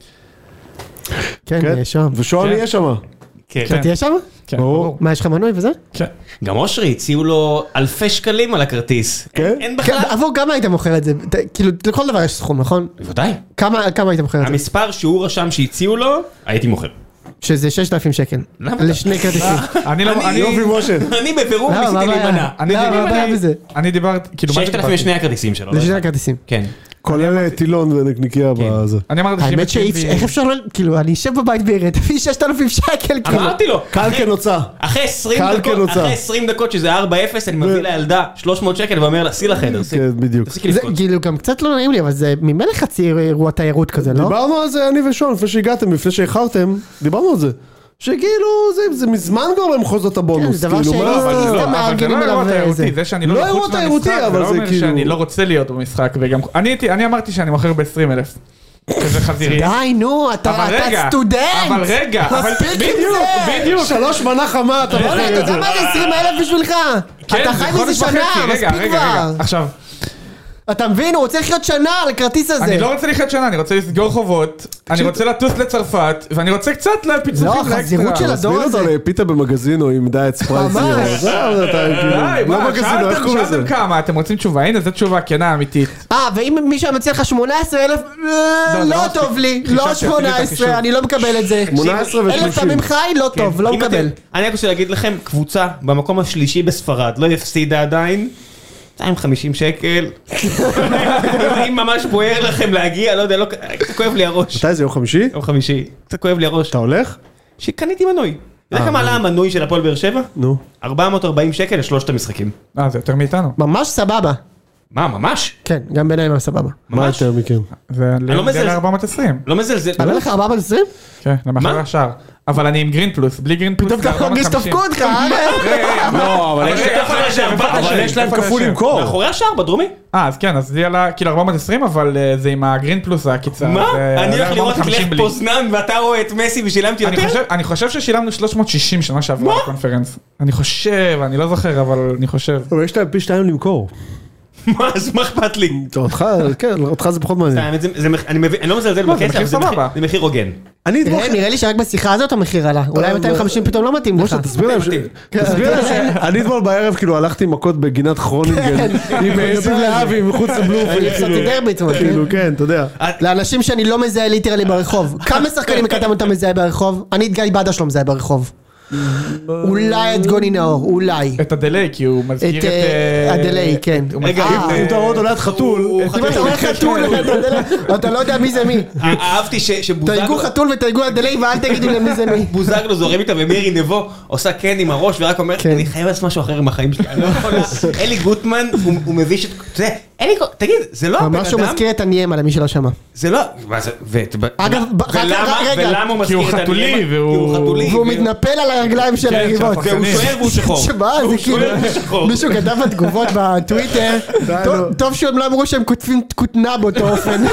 כן, נהיה שם. ושואל נהיה שם. אתה תהיה שם? כן. מה, יש לך מנוי וזה? כן. גם אושרי, הציעו לו אלפי שקלים על הכרטיס. כן? אין בכלל. עבור כמה היית מוכר את זה? כאילו, לכל דבר יש סכום, נכון? בוודאי. כמה היית מוכר את זה? המספר שהוא רשם שהציעו לו, הייתי מוכר. שזה ששת אלפים שקל. לשני כרטיסים. אני לא... יופי משה. אני בבירור ניסיתי להימנע. אני דיברת... ששת אלפים לשני הכרטיסים שלו. לשני הכרטיסים. כן. כולל טילון ונקניקיה בזה. אני אמרתי האמת שאיך אפשר לא... כאילו, אני אשב בבית בעירת, תביא ששת אלפים שקל. אמרתי לו. קל כנוצה. אחרי עשרים דקות שזה ארבע אפס, אני מביא לילדה שלוש מאות שקל ואומר לה, סי לחדר. כן, בדיוק. כאילו, גם קצת לא נעים לי, אבל זה ממילא חצי אירוע תיירות כזה, לא? דיברנו על זה, אני ושון, לפני שהגעתם, לפני שאיחרתם, דיברנו על זה. שכאילו, זה מזמן כבר למחוזות הבונוס. זה דבר שאין סתם מארגנים אליו וזה. זה שאני לא לחוץ מהמשחק, זה לא אומר שאני לא רוצה להיות במשחק. אני אמרתי שאני מוכר ב-עשרים אלף. שזה חזירי. די, נו, אתה סטודנט. אבל רגע, בדיוק, בדיוק. שלוש מנה חמה, אתה מוכר את זה. אתה יודע מה זה עשרים אלף בשבילך? אתה חי מזה שנה, מספיק כבר. עכשיו. אתה מבין, הוא רוצה לחיות שנה על הכרטיס הזה. אני לא רוצה לחיות שנה, אני רוצה לסגור חובות, אני רוצה לטוס לצרפת, ואני רוצה קצת לפיצוחים לאקסטרה. לא, החזירות של הדור הזה. תזמין אותו לפיתה במגזינו עם דיאט ספרייט. ממש. לא מגזינו, איך קוראים לזה? שאלתם כמה, אתם רוצים תשובה, הנה, זו תשובה כנה, אמיתית. אה, ואם מישהו מציע לך שמונה עשרה אלף, לא טוב לי, לא שמונה עשרה, אני לא מקבל את זה. שמונה עשרה ושלושים. אלף פעמים חי, לא טוב, לא מקבל. אני רק רוצה להגיד לכם, קבוצה במקום השלישי בספרד, לא יפסידה עדיין. מאתיים וחמישים שקל, אם ממש בוער לכם להגיע, לא יודע, קצת כואב לי הראש. מתי זה, יום חמישי? יום חמישי, קצת כואב לי הראש. אתה הולך? שקניתי מנוי. אתה יודע כמה עלה המנוי של הפועל באר שבע? נו. ארבע מאות וארבעים שקל לשלושת המשחקים. אה, זה יותר מאיתנו. ממש סבבה. מה, ממש? כן, גם בעיניי סבבה. מה יותר מכם? זה ארבע מאות ועשרים. לא מזלזל. עלה לך ארבע מאות ועשרים? כן, למחר השאר. אבל אני עם גרין פלוס, בלי גרין פלוס. פתאום אתה מרגיש שתפקו אותך, לא, אבל יש להם כפול למכור. מאחורי השאר, בדרומי. אה, אז כן, אז זה עלה כאילו ארבע מאות ועשרים, אבל זה עם הגרין פלוס הקיצה. מה? אני הולך לראות את לך פוזנן ואתה רואה את מסי ושילמתי יותר? אני חושב ששילמנו שלוש מאות ושישים שנה שעברה בקונפרנס. אני חושב, אני לא זוכר, אבל אני חושב. אבל יש להם פי שתיים למכור. מה, אז מה אכפת לי? אותך, כן, אותך זה פחות מעניין. אני לא מזלזל בכסף, אבל זה מחיר הוגן. נראה לי שרק בשיחה הזאת המחיר עלה, אולי מאתיים וחמישים פתאום לא מתאים לך. תסביר להם, תסביר להם שאני אתמול בערב כאילו הלכתי מכות בגינת כרונינגן, עם סיב להבי מחוץ לבלוף, הפסדתי דרבי אתמול. כאילו כן, אתה יודע. לאנשים שאני לא מזהה ליטרלי ברחוב, כמה שחקנים מקטם אתה מזהה ברחוב? אני את גיא בדש לא מזהה ברחוב. אולי את גוני נאור, אולי. את הדלי, כי הוא מזכיר את... את הדלי, כן. רגע, אם אתה רואה אותו ליד חתול, אם אתה רואה חתול, אתה לא יודע מי זה מי. אהבתי שבוזגלו... תייגו חתול ותייגו הדלי ואל תגידו לי מי זה מי. בוזגלו זורם איתה ומירי נבו עושה כן עם הראש ורק אומר, אני חייב לעשות משהו אחר עם החיים שלי. אלי גוטמן, הוא מביש את... אלי, תגיד, זה לא הבן אדם... משהו מזכיר את הניימה למי שלא שמע. זה לא... אגב, רגע, כי הוא חתולי והוא מתנפל על הרגליים של היריבות. והוא שוער והוא שחור. שמה, זה כאילו... מישהו כתב בתגובות בטוויטר, טוב שעוד לא אמרו שהם כותבים כותנה באותו אופן.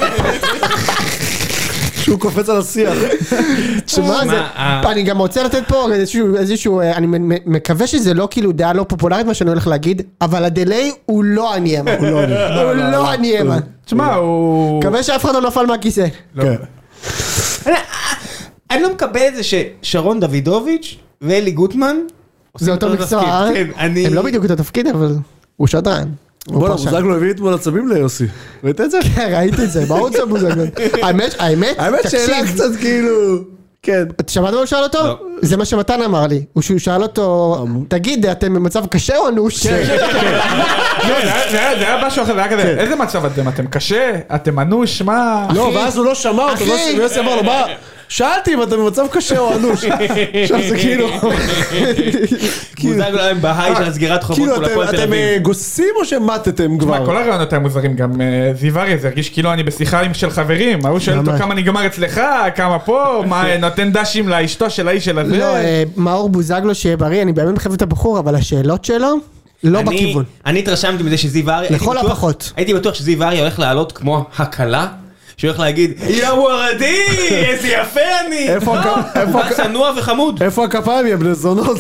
שהוא קופץ על השיח. שמה זה, אני גם רוצה לתת פה איזשהו, אני מקווה שזה לא כאילו דעה לא פופולרית מה שאני הולך להגיד, אבל הדלי הוא לא הניימה. הוא לא הניימה. תשמע, הוא... מקווה שאף אחד לא נפל מהכיסא. אני לא מקבל את זה ששרון דוידוביץ' ואלי גוטמן זה אותו מקצוע, הם לא בדיוק אותו תפקיד, אבל הוא שדרן. בוא'נה, בוזגלו הביא אתמול עצבים ליוסי. ראית את זה? כן, ראיתי את זה, מה רוצה בוזגלו? האמת, האמת, האמת שאלה קצת כאילו... כן. שמעת מה הוא שאל אותו? זה מה שמתן אמר לי. הוא שאל אותו, תגיד, אתם במצב קשה או אנוש? זה היה משהו אחר, זה היה כזה, איזה מצב אתם? אתם קשה? אתם אנוש? מה? לא, ואז הוא לא שמע אותו, ויוסי אמר לו, מה? שאלתי אם אתה במצב קשה או אנוש. עכשיו זה כאילו... בוזגלו הם בהיי של הסגירת חובות מול הפועל תל אביב. אתם גוסים או שמטתם כבר? כל הרעיונות היו מוזרים, גם זיו אריה, זה הרגיש כאילו אני בשיחה של חברים, הוא שואל אותו כמה נגמר אצלך, כמה פה, נותן דשים לאשתו של האיש של הזה. לא, מאור בוזגלו שיהיה בריא, אני באמת מחייב את הבחור, אבל השאלות שלו לא בכיוון. אני התרשמתי מזה שזיו אריה, לכל הפחות. הייתי בטוח שזיו אריה הולך לעלות כמו הקלה, שהוא הולך להגיד, יא וורדי, איזה יפה אני! איפה בא צנוע וחמוד. איפה הכפיים, יא בני זונות?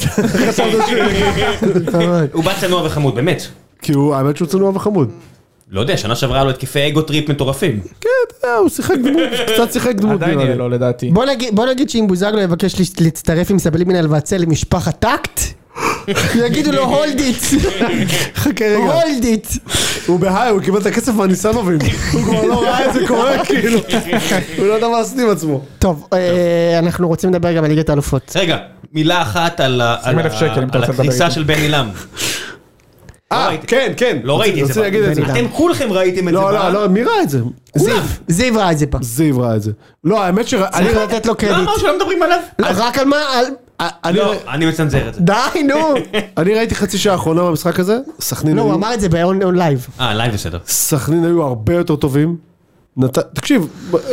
הוא בא צנוע וחמוד, באמת. כי הוא, האמת שהוא צנוע וחמוד. לא יודע, שנה שעברה לו התקפי אגו טריפ מטורפים. כן, אתה יודע, הוא שיחק דמות, קצת שיחק דמות. עדיין יהיה לו לדעתי. בוא נגיד שאם בוזגלו יבקש להצטרף עם סבלימינל והצל למשפחת טקט, יגידו לו הולד איט. חכה רגע. הולד איט. הוא בהיי, הוא קיבל את הכסף מהניסנובים. הוא כבר לא ראה את זה קורה, כאילו. הוא לא יודע מה לעשות עם עצמו. טוב, אנחנו רוצים לדבר גם על ליגת האלופות. רגע, מילה אחת על הכניסה של בן אילם. אה, כן, כן. לא ראיתי את זה. אתם כולכם ראיתם את זה. לא, לא, לא, מי ראה את זה? זיו. זיו ראה את זה פעם. זיו ראה את זה. לא, האמת שראה... צריך לתת לו קרדיט. לא, אמר שלא מדברים עליו. רק על מה? לא, אני מצנזר את זה. די, נו. אני ראיתי חצי שעה האחרונה במשחק הזה. סכנין לא, היו... הוא אמר את זה באון לייב. אה, לייב בסדר. סכנין היו הרבה יותר טובים. תקשיב,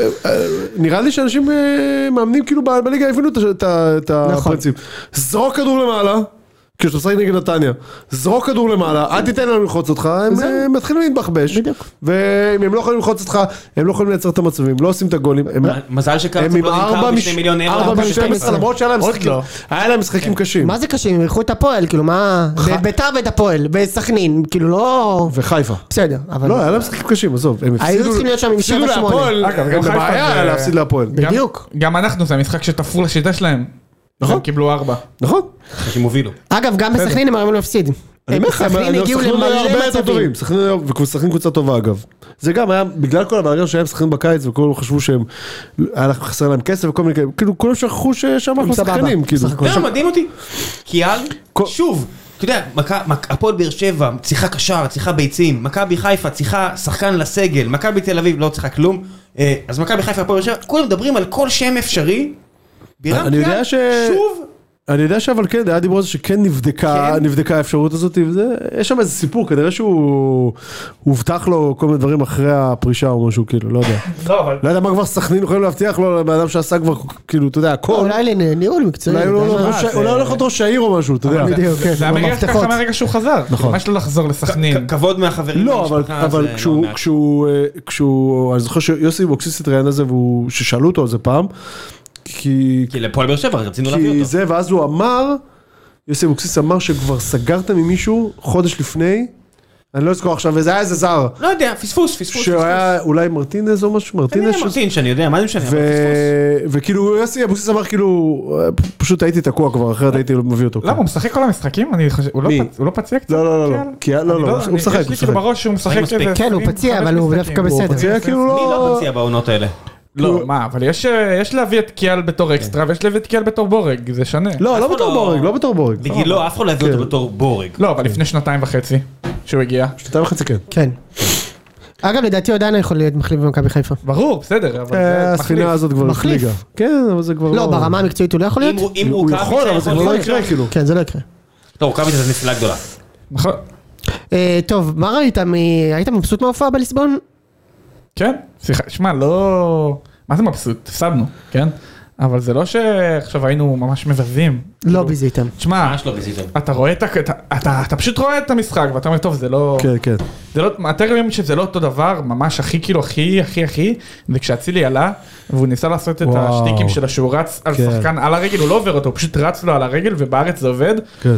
נראה לי שאנשים מאמנים כאילו בליגה הבינו את הפרינציפ. זרוק כדור למעלה. כשאתה משחק נגד נתניה, זרוק כדור למעלה, אל תיתן להם ללחוץ אותך, הם מתחילים להתבחבש, ואם הם לא יכולים ללחוץ אותך, הם לא יכולים לייצר את המצבים, לא עושים את הגולים. מזל שקרצב לא נמכר בשני מיליון אירו. ארבע משתים עשרה, למרות שהיה להם משחקים קשים. מה זה קשים? הם הלכו את הפועל, כאילו מה... ביתר ואת הפועל, וסכנין, כאילו לא... וחיפה. בסדר, אבל... לא, היה להם משחקים קשים, עזוב. היו צריכים להיות שם עם שבע שמונה. גם בעיה היה להפסיד להפועל. בדיוק. גם אנחנו, זה המשחק שתפרו לשיטה שלהם. נכון. הם קיבלו ארבע. נכון. הם הובילו. אגב, גם בסכנין הם אמורים להפסיד. סכנין הגיעו למלא מצבים. וסכנין קבוצה טובה אגב. זה גם היה, בגלל כל הבעיה שהם סכנין בקיץ, וכולם חשבו שהם, היה חסר להם כסף וכל מיני, כאילו כולם שכחו ששם אנחנו שחקנים. לא, מדהים אותי. קיאל, שוב, אתה יודע, הפועל באר שבע, צריכה קשר, צריכה ביצים, מכבי חיפה, צריכה שחקן לסגל, מכבי תל אביב לא צריכה כלום, אז מכבי חיפה, הפועל באר שבע, כולם מדברים על כל שם אפשרי, אני יודע ש... שוב? אני יודע שאבל כן, היה דיבור על זה שכן נבדקה, נבדקה האפשרות הזאת, יש שם איזה סיפור, כנראה שהוא הובטח לו כל מיני דברים אחרי הפרישה או משהו, כאילו, לא יודע. לא יודע מה כבר סכנין יכולים להבטיח לו, לאדם שעשה כבר, כאילו, אתה יודע, הכל. אולי לניהול מקצועי. אולי הולך להיות ראש העיר או משהו, אתה יודע. זה המגיע ככה מהרגע שהוא חזר. מה יש לו לחזור לסכנין? כבוד מהחברים. לא, אבל כשהוא, אני זוכר שיוסי בוקסיס התראיין על זה, ששאלו אותו על זה פעם, כי... כי לפועל באר שבע רצינו להביא אותו. כי זה, ואז הוא אמר, יוסי אבוקסיס אמר שכבר סגרתם עם מישהו חודש לפני, אני לא אזכור עכשיו, וזה היה איזה זר. לא יודע, פספוס, פספוס. שהוא היה אולי מרטינז או משהו, מרטינז. מרטינז, שאני יודע, מה זה משנה, אבל פספוס. וכאילו, יוסי אבוסיס אמר כאילו, פשוט הייתי תקוע כבר, אחרת הייתי מביא אותו. למה, הוא משחק כל המשחקים? הוא לא פציע קצת? לא, לא, לא, לא, לא, הוא משחק. יש לי כאילו בראש שהוא משחק כזה. כן, הוא פציע, אבל הוא דווקא בסדר. הוא פציע כאילו לא... מי לא פציע בעונות האלה? לא, מה, אבל יש להביא את קיאל בתור אקסטרה, ויש להביא את קיאל בתור בורג, זה שונה. לא, לא בתור בורג, לא בתור בורג. בגילו, אף אחד לא הביא אותו בתור בורג. לא, אבל לפני שנתיים וחצי, שהוא הגיע. שנתיים וחצי, כן. כן. אגב, לדעתי עדיין יכול להיות מחליף במכבי חיפה. ברור, בסדר, אבל זה מחליף. הספינה הזאת כבר מחליף. ליגה. כן, אבל זה כבר לא... לא, ברמה המקצועית הוא לא יכול להיות? אם הוא יכול, אבל זה כבר לא יקרה, כאילו. כן, זה לא יקרה. טוב, רוקאביץ' זה נפילה גדולה. נכון. טוב, מה ראית? היית מבסוט מההופעה בליסבון? כן, סליחה, שמע, לא... מה זה מבסוט? הפסדנו, כן? אבל זה לא שעכשיו היינו ממש מבזים. לא ביזיתם. תשמע, ממש לא ביזיתם. אתה רואה את ה... אתה, אתה פשוט רואה את המשחק, ואתה אומר, טוב, זה לא... כן, כן. זה לא... אתה רואים שזה לא אותו דבר, ממש הכי, כאילו, הכי, הכי, הכי, וכשאצילי עלה, והוא ניסה לעשות את השטיקים שלו, שהוא רץ על שחקן על הרגל, הוא לא עובר אותו, הוא פשוט רץ לו על הרגל, ובארץ זה עובד,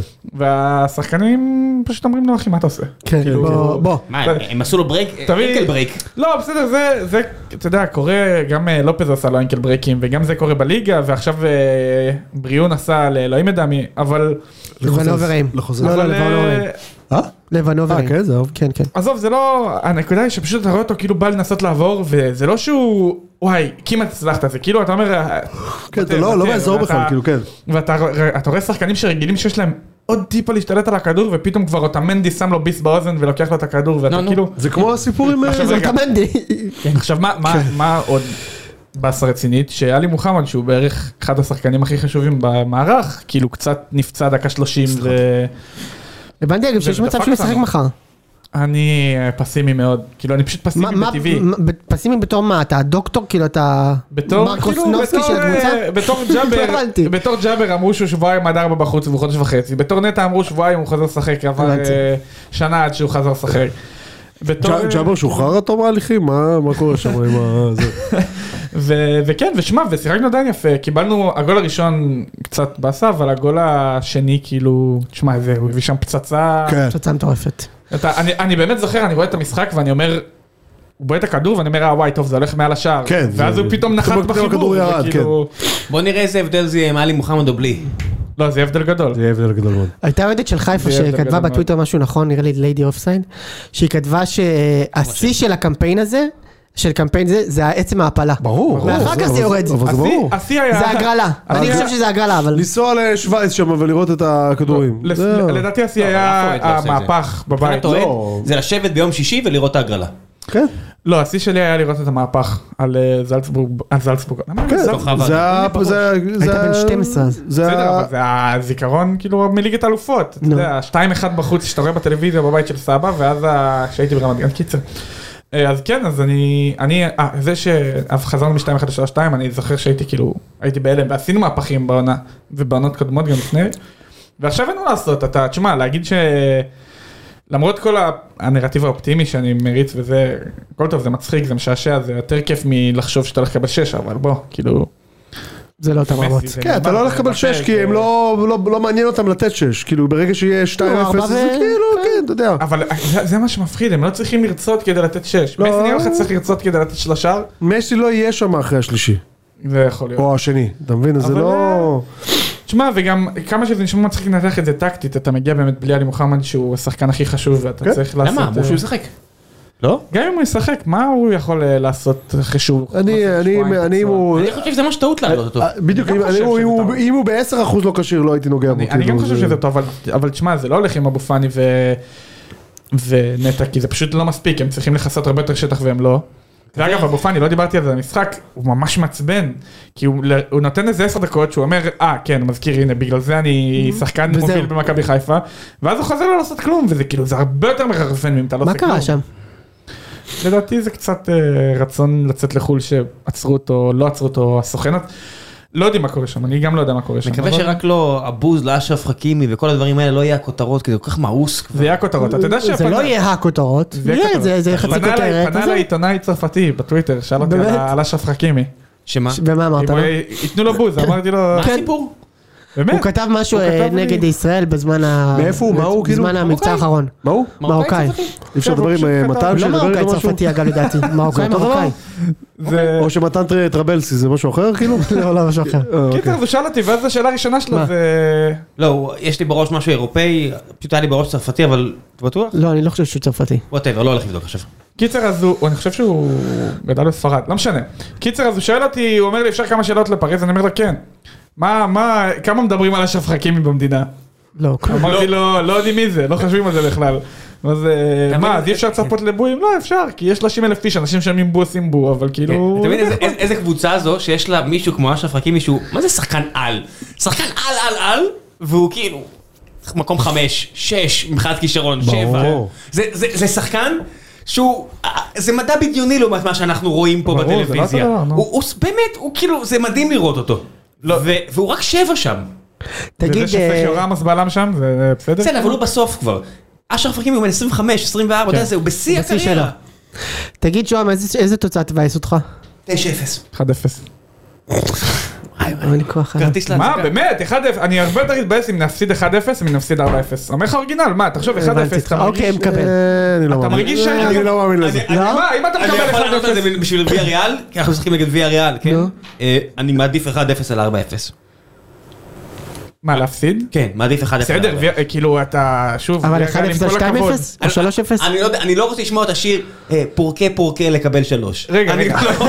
והשחקנים פשוט אומרים לו, אחי, מה אתה עושה? כן, בוא, בוא. מה, הם עשו לו ברייק? אנקל ברייק. לא, בסדר, זה, זה, אתה יודע, קורה, גם לופז עשה לו אנקל ברייקים, וגם זה קורה בליגה, ועכשיו בריון עשה לאלוהים ידעמי, אבל... לבנוברים. לא, לא, לבנוברים. אה? לבנוברים. אה, כן, זהו. כן, כן. עזוב, זה לא... הנקודה היא שפשוט אתה רואה אותו כאילו בא לנסות לעבור, וזה לא שהוא... וואי, כמעט הצלחת, זה כאילו, אתה אומר... כן, אתה לא באזור בכלל, כאילו, כן. ואתה רואה שחקנים שרגילים שיש להם עוד טיפה להשתלט על הכדור, ופתאום כבר אותמנדי שם לו ביס באוזן ולוקח לו את הכדור, ואתה כאילו... זה כמו הסיפור עם... זה אותמנדי. עכשיו, מה עוד בסה רצינית? שאלי מוחמד, שהוא בערך אחד השחקנים הכי חשובים במערך, כאילו קצת נפצע דקה שלושים ו... הבנתי אגב שיש מצב שהוא משחק מחר. אני פסימי מאוד, כאילו אני פשוט פסימי בטבעי. פסימי בתור מה? אתה הדוקטור? כאילו אתה מרקוס נובסקי של הקבוצה? בתור ג'אבר אמרו שהוא שבועיים עד ארבע בחוץ וחודש וחצי, בתור נטע אמרו שבועיים הוא חזר לשחק, עבר שנה עד שהוא חזר לשחק. ג'אבר שוחרר עד תום ההליכים? מה קורה שם עם זה? וכן, ושמע, ושיחקנו עדיין יפה, קיבלנו, הגול הראשון קצת בסה, אבל הגול השני כאילו, תשמע, הוא הביא שם פצצה. פצצה מטורפת. אני באמת זוכר, אני רואה את המשחק ואני אומר, הוא בועט את הכדור ואני אומר, וואי, טוב, זה הולך מעל השער. ואז הוא פתאום נחת בחיבור. בוא נראה איזה הבדל זה יהיה עם אלי מוחמד או בלי. לא, זה הבדל גדול. זה הבדל גדול מאוד. הייתה עובדת של חיפה שכתבה בטוויטר משהו נכון, נראה לי ליידי אופסייד, שהיא כתבה שהשיא של הקמפיין הזה, של קמפיין זה, זה עצם ההפלה. ברור. ואחר כך זה יורד. אבל זה ברור. זה הגרלה. אני חושב שזה הגרלה, אבל... לנסוע לשוויץ שם ולראות את הכדורים. לדעתי השיא היה המהפך בבית. זה לשבת ביום שישי ולראות את הגרלה. כן. לא, השיא שלי היה לראות את המהפך על זלצבורג. כן, זה היה... היית בן שתים עשרה. בסדר, אבל זה הזיכרון כאילו מליגת אלופות. אתה יודע, שתיים אחד בחוץ שאתה רואה בטלוויזיה בבית של סבא, ואז כשהייתי ברמת גן קיצר. אז כן, אז אני, אני, אה, זה שחזרנו מ-שתיים אחת ל-שלוש שתיים, אני זוכר שהייתי כאילו, הייתי בהלם, ועשינו מהפכים בעונה, ובעונות קודמות גם לפני, ועכשיו אין מה לעשות, אתה, תשמע, להגיד ש... למרות כל הנרטיב האופטימי שאני מריץ וזה, כל טוב, זה מצחיק, זה משעשע, זה יותר כיף מלחשוב שאתה הולך לקבל שש, אבל בוא, כאילו... זה לא אותם רמות. כן, אתה לא הולך לקבל שש, כי הם לא מעניין אותם לתת שש, כאילו ברגע שיהיה שתיים אפס, זה כאילו, כן, אתה יודע. אבל זה מה שמפחיד, הם לא צריכים לרצות כדי לתת שש. מסי נראה לך צריך לרצות כדי לתת שלושה? מסי לא יהיה שם אחרי השלישי. זה יכול להיות. או השני, אתה מבין? זה לא... תשמע, וגם כמה שזה נשמע מצחיק לנתח את זה טקטית, אתה מגיע באמת בלי אלי מוחמד שהוא השחקן הכי חשוב, ואתה צריך לעשות... למה? אמרו שהוא ישחק. לא? גם אם הוא ישחק, מה הוא יכול לעשות אחרי שהוא... אני, אני, אני, הוא... אני חושב שזה ממש טעות לעלות אותו. בדיוק, אם הוא ב-עשרה אחוז לא קשיר, לא הייתי נוגע בו. אני גם חושב שזה טוב, אבל תשמע, זה לא הולך עם אבו פאני ונטע, כי זה פשוט לא מספיק, הם צריכים לחסות הרבה יותר שטח והם לא. ואגב, אבו פאני, לא דיברתי על זה במשחק, הוא ממש מעצבן, כי הוא נותן איזה עשר דקות, שהוא אומר, אה, כן, מזכיר, הנה, בגלל זה אני שחקן מוביל במכבי חיפה, ואז הוא חוזר לא לעשות כלום, וזה כאילו, זה הרבה יותר מחרפן, אם אתה לא עושה כלום. מה קרה שם? לדעתי זה קצת רצון לצאת לחול שעצרו אותו, לא עצרו אותו, הסוכנת, לא יודעים מה קורה שם, אני גם לא יודע מה קורה שם. מקווה שרק לא הבוז לאשרף חכימי וכל הדברים האלה לא יהיה הכותרות, כי זה כל כך מאוס כבר. זה יהיה הכותרות, אתה יודע שהפנה... זה לא יהיה הכותרות, זה חצי כותרת. פנה לעיתונאי צרפתי בטוויטר, שאל אותי על אשרף חכימי. שמה? ומה אמרת לו? ייתנו לו בוז, אמרתי לו... מה הסיפור? באמת? הוא כתב משהו הוא כתב נגד לי- ישראל בזמן ה... מאיפה הוא? מה הוא? כאילו? בזמן המבצע האחרון. מה הוא? מרוקאי. אי אפשר לדבר עם אה, מתן לא שידבר מרוקאי איתו משהו? צרפתי אגב לדעתי. מרוקאי אותו דבר? מרוקאי. זה... או שמתן טרבלסי זה משהו אחר כאילו? לא, לא, משהו אחר. אה, אוקיי. קיצר, הוא שאל אותי, ואז השאלה הראשונה שלו מה? זה... לא, הוא- יש לי בראש משהו אירופאי, פשוט היה לי בראש צרפתי, אבל אתה בטוח? לא, אני לא חושב שהוא צרפתי. ווטאבר, לא הולך לבדוק עכשיו. קיצר, אז הוא, אני חושב שהוא גדל בספרד, לא משנה. קיצר, אז הוא שואל אותי, הוא אומר לי, אפשר כמה שאלות לפריז? אני אומר לו, כן. מה, מה, כמה מדברים על אשרף חכימי במדינה? לא, כלום. אמרתי לו, לא יודעים מי זה, לא חושבים על זה בכלל. אז אתה מה, מבין? אז אי אפשר לצפות לבואים? לא, אפשר, כי יש שלושים אלף איש, אנשים שמים בו עושים בו, אבל כאילו... אתה מבין איזה- איזה- איזה קבוצה זו שיש לה מישהו כמו אשרף חכימי שהוא, מה זה שחקן על? שחקן על על על, והוא כאילו מקום חמש, שש, מבחינת כישרון, שבע. ברור. זה- זה זה שחקן שהוא, זה מדע בדיוני לעומת מה שאנחנו רואים פה ברור, זה לא אותו בטלוויזיה. דבר, נו. הוא הוא- באמת, הוא כאילו, זה מדהים לראות אותו. ו- והוא רק שבע שם. תגיד, וזה אה, שסקי רמוס בלם שם, זה בסדר? בסדר, אבל הוא בסוף כבר. אשרף חכימי הוא בן עשרים וחמש, עשרים וארבע, אתה יודע, זה, הוא בשיא בשיא הקריירה. תגיד שוהם, איזה- איזה תוצאה תבאס אותך? תשע אפס. אחד אפס. אין לי כוח. כרטיס מה, להצגה. באמת? אחד אפס, אני הרבה יותר אתבאס אם נפסיד אחד אפס אם נפסיד ארבע אפס. אומר לך אורגינל, מה, תחשוב אחד הבנתי אפס, אותך. אתה אוקיי, מרגיש... מקבל. אה, אני לא אתה מאמין. מרגיש שאני- אני לא מאמין לזה. אני- לא? מה, אם אתה אני מקבל יכול אחד לענות על אפס... זה בשביל ויה ריאל, כי אנחנו משחקים נגד ויה ריאל, כן? נו. אה, אני מעדיף אחד אפס על ארבע אפס. מה, להפסיד? כן, מעדיף אחד אפס על בסדר, ארבע אפס. ויה- כאילו אתה, שוב, אבל ויה אחד ריאל, אפס עם זה כל שתיים הכבוד. אפס? או שלוש אפס? אני לא יודע, אני לא רוצה לשמוע את השיר אה, פורקה פורקה לקבל שלוש. רגע, אני רגע. לא-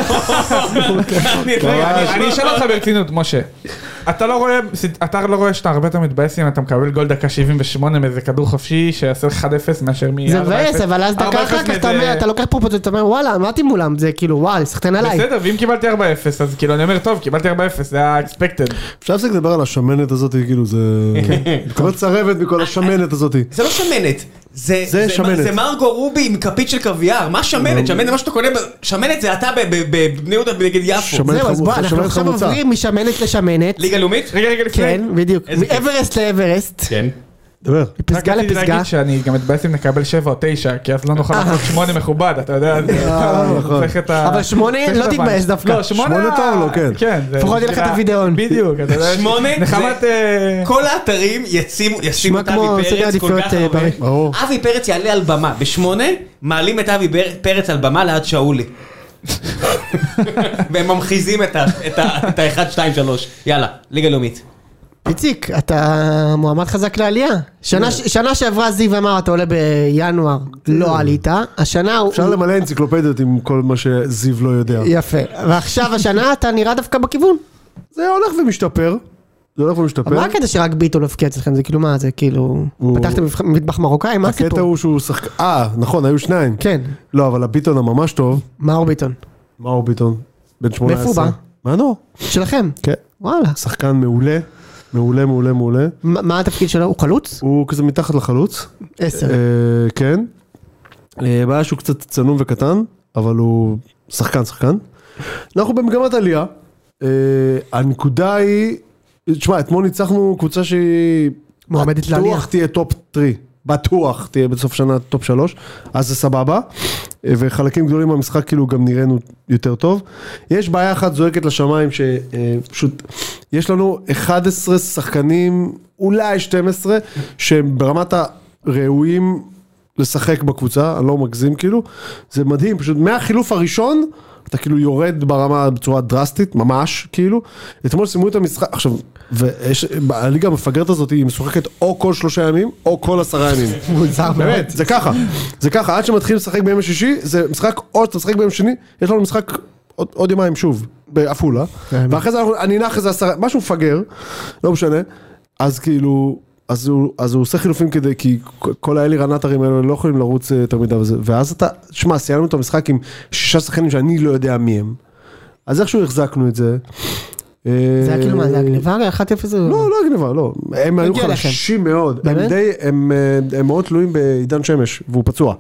אני לא- רגע, אני- אני אשאל אותך ברצינות, משה. אתה לא רואה, אתה לא רואה שאתה הרבה יותר מתבאס אם אתה מקבל גול דקה שבעים ושמונה מאיזה כדור חופשי שיעשה לך אחד אפס מאשר מ... זה ארבע אפס. מבאס, אבל אז ארבע דקה אפס אחר כך אתה מאיזה- אומר, אתה לוקח פרופורציות, אתה אומר וואלה, אמרתי מולם, זה כאילו וואי, סחטן עליי. בסדר, ואם קיבלתי ארבע אפס, אז כאילו אני אומר, טוב, קיבלתי ארבע אפס, זה היה expected. אפשר להפסיק לדבר על השמנת הזאת, כאילו זה... כבר צרבת מכל השמנת הזאת. זה לא שמנת. זה זה שמנת. זה מרגו רובי עם כפית של קוויאר. מה שמנת? שמנת זה מה שאתה קונה, ב- שמנת זה אתה ב- ב- בבני יהודה נגד יפו. שמנת זהו, אז בוא, חמוצה, אנחנו שמנת עכשיו חמוצה. עוברים משמנת לשמנת. ליגה לאומית? רגע, רגע, לפני. כן, בדיוק. איזה כיף. מאברסט לאברסט. כן. דבר. מפסגה רק רציתי לפסגה. להגיד שאני גם מתבאס אם נקבל שבע או תשע, כי אז לא נוכל לעשות שמונה מכובד, אתה יודע, זה נכון. הופך את ה... אבל שמונה הופך לא את תתבאס הבית. דווקא. לא, שמונה... שמונה טוב לו, כן. כן. זה לפחות יהיה לך את בשביל ה- הוידאון. בדיוק, אתה יודע. שמונה נחמת... זה- אה, כל האתרים ישימו ישימו נשמע את כמו אבי סדר פרץ כל עדיפויות, כך אה, הרבה. בריא. ברור. אבי פרץ יעלה על במה. בשמונה מעלים את אבי בר- פרץ על במה ליד שאולי. והם ממחיזים את ה- את ה- את ה-אחד, שתיים, שלוש. יאללה, ליגה לאומית. איציק, אתה מועמד חזק לעלייה. שנה שנה שעברה זיו אמר, אתה עולה בינואר, לא עלית. השנה הוא... אפשר למלא אנציקלופדיות עם כל מה שזיו לא יודע. יפה. ועכשיו השנה אתה נראה דווקא בכיוון. זה הולך ומשתפר. זה הולך ומשתפר. מה הקטע שרק ביטון הבקיע אצלכם? זה כאילו מה, זה כאילו... הוא- פתחתם מטבח מרוקאי? מה הקטע הסיפור? הוא שהוא שחק... אה, נכון, היו שניים. כן, לא, אבל הביטון הממש טוב. מאור ביטון. מאור ביטון. בן שמונה עשרה. מאיפה הוא בא? מהנוער. שלכם. כן. וואלה. שחקן מעולה. מעולה, מעולה, מעולה. מה מה התפקיד שלו? הוא חלוץ? הוא כזה מתחת לחלוץ. עשר. אה, כן. אה, בעיה שהוא קצת צנום וקטן, אבל הוא שחקן, שחקן. אנחנו במגמת עלייה. אה, הנקודה היא, תשמע, אתמול ניצחנו קבוצה שהיא... מועמדת לעלייה. בטוח תהיה טופ שלוש. בטוח תהיה בסוף שנה טופ שלוש. אז זה סבבה. אה, וחלקים גדולים במשחק כאילו גם נראינו יותר טוב. יש בעיה אחת זועקת לשמיים שפשוט, יש לנו אחד עשר שחקנים, אולי שתים עשרה, שהם ברמת הראויים לשחק בקבוצה, אני לא מגזים כאילו, זה מדהים, פשוט מהחילוף הראשון, אתה כאילו יורד ברמה בצורה דרסטית, ממש כאילו, אתמול סיימו את המשחק, עכשיו, והליגה המפגרת הזאת היא משוחקת או כל שלושה ימים, או כל עשרה ימים. מוזר מאוד. באמת, זה ככה, זה ככה, עד שמתחילים לשחק ביום השישי, זה משחק, או שאתה משחק ביום שני, יש לנו משחק עוד, עוד יומיים שוב, באפולה, ואחרי זה אנחנו, אני נח איזה עשרה, משהו מפגר, לא משנה, אז כאילו, אז הוא, אז הוא עושה חילופים כדי, כי כל האלי רנטרים האלה לא יכולים לרוץ יותר מדי וזה, ואז אתה, שמע, סיימנו את המשחק עם שישה שחקנים שאני לא יודע מי הם, אז איכשהו החזקנו את זה. זה היה כאילו מה, זה הגניבה? אחת אפס זה... לא, לא הגניבה, לא. הם היו הגיע לכם. חלשים מאוד. הם באמת? די, הם, הם מאוד תלויים בעידן שמש, והוא פצוע.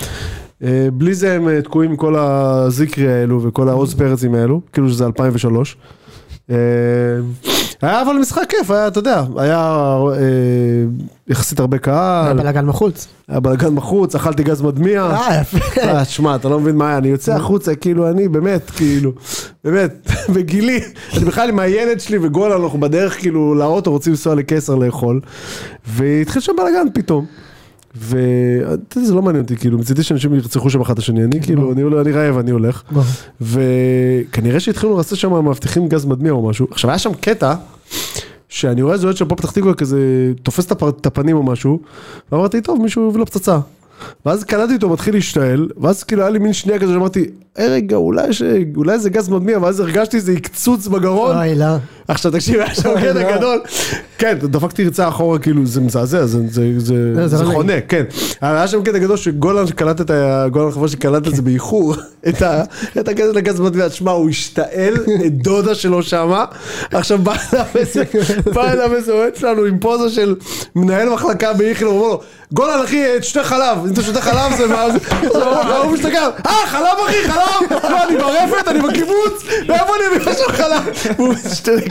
בלי זה הם תקועים עם כל הזיקרי האלו, וכל העוז פרצים האלו, כאילו שזה אלפיים ושלוש. היה אבל משחק כיף, היה, אתה יודע, היה יחסית הרבה קהל. היה בלגן בחוץ. היה בלגן בחוץ, אכלתי גז מדמיע. אה, יפה. שמע, אתה לא מבין מה היה, אני יוצא החוצה, כאילו, אני באמת, כאילו, באמת, בגילי, אני בכלל עם הילד שלי וגול, אנחנו בדרך, כאילו, לאוטו, רוצים לנסוע לקיסר לאכול, והתחיל שם בלגן פתאום. וזה לא מעניין אותי, כאילו, מצידי שאנשים ירצחו שם אחת השני, אני כאילו, אני רעב, אני הולך, וכנראה שהתחילו לרסס שם מאבטחים גז מדמיע או משהו. עכשיו, היה שם קטע, שאני רואה איזה אוהד של פה פתח תקווה כזה, תופס את הפנים או משהו, ואמרתי, טוב, מישהו הביא לו פצצה. ואז קלטתי אותו, מתחיל להשתעל, ואז כאילו היה לי מין שנייה כזה, שאמרתי, אה רגע, אולי זה גז מדמיע, ואז הרגשתי איזה יקצוץ בגרון. אוי, לא. עכשיו תקשיב, היה שם קטע גדול. כן, דפקתי רצה אחורה, כאילו, זה מזעזע, זה חונה, כן. היה שם קטע גדול שגולן שקלט את ה... גולן חבר שקלט את זה באיחור, את הקטע לגז מדמיע, תשמע, הוא השתעל את דודה שלו שמה, עכשיו בא אליו איזה אוהד שלנו עם פוזה של מנהל מחלקה באיכילוב, הוא אומר לו, גולן אחי, שתי חלב, אם אתה שותה חלב זה מה זה, הוא משתגע, אה חלב אחי, חלב, לא אני ברפת, אני בקיבוץ, ואיפה אני מביא שם חלב, והוא משתגע,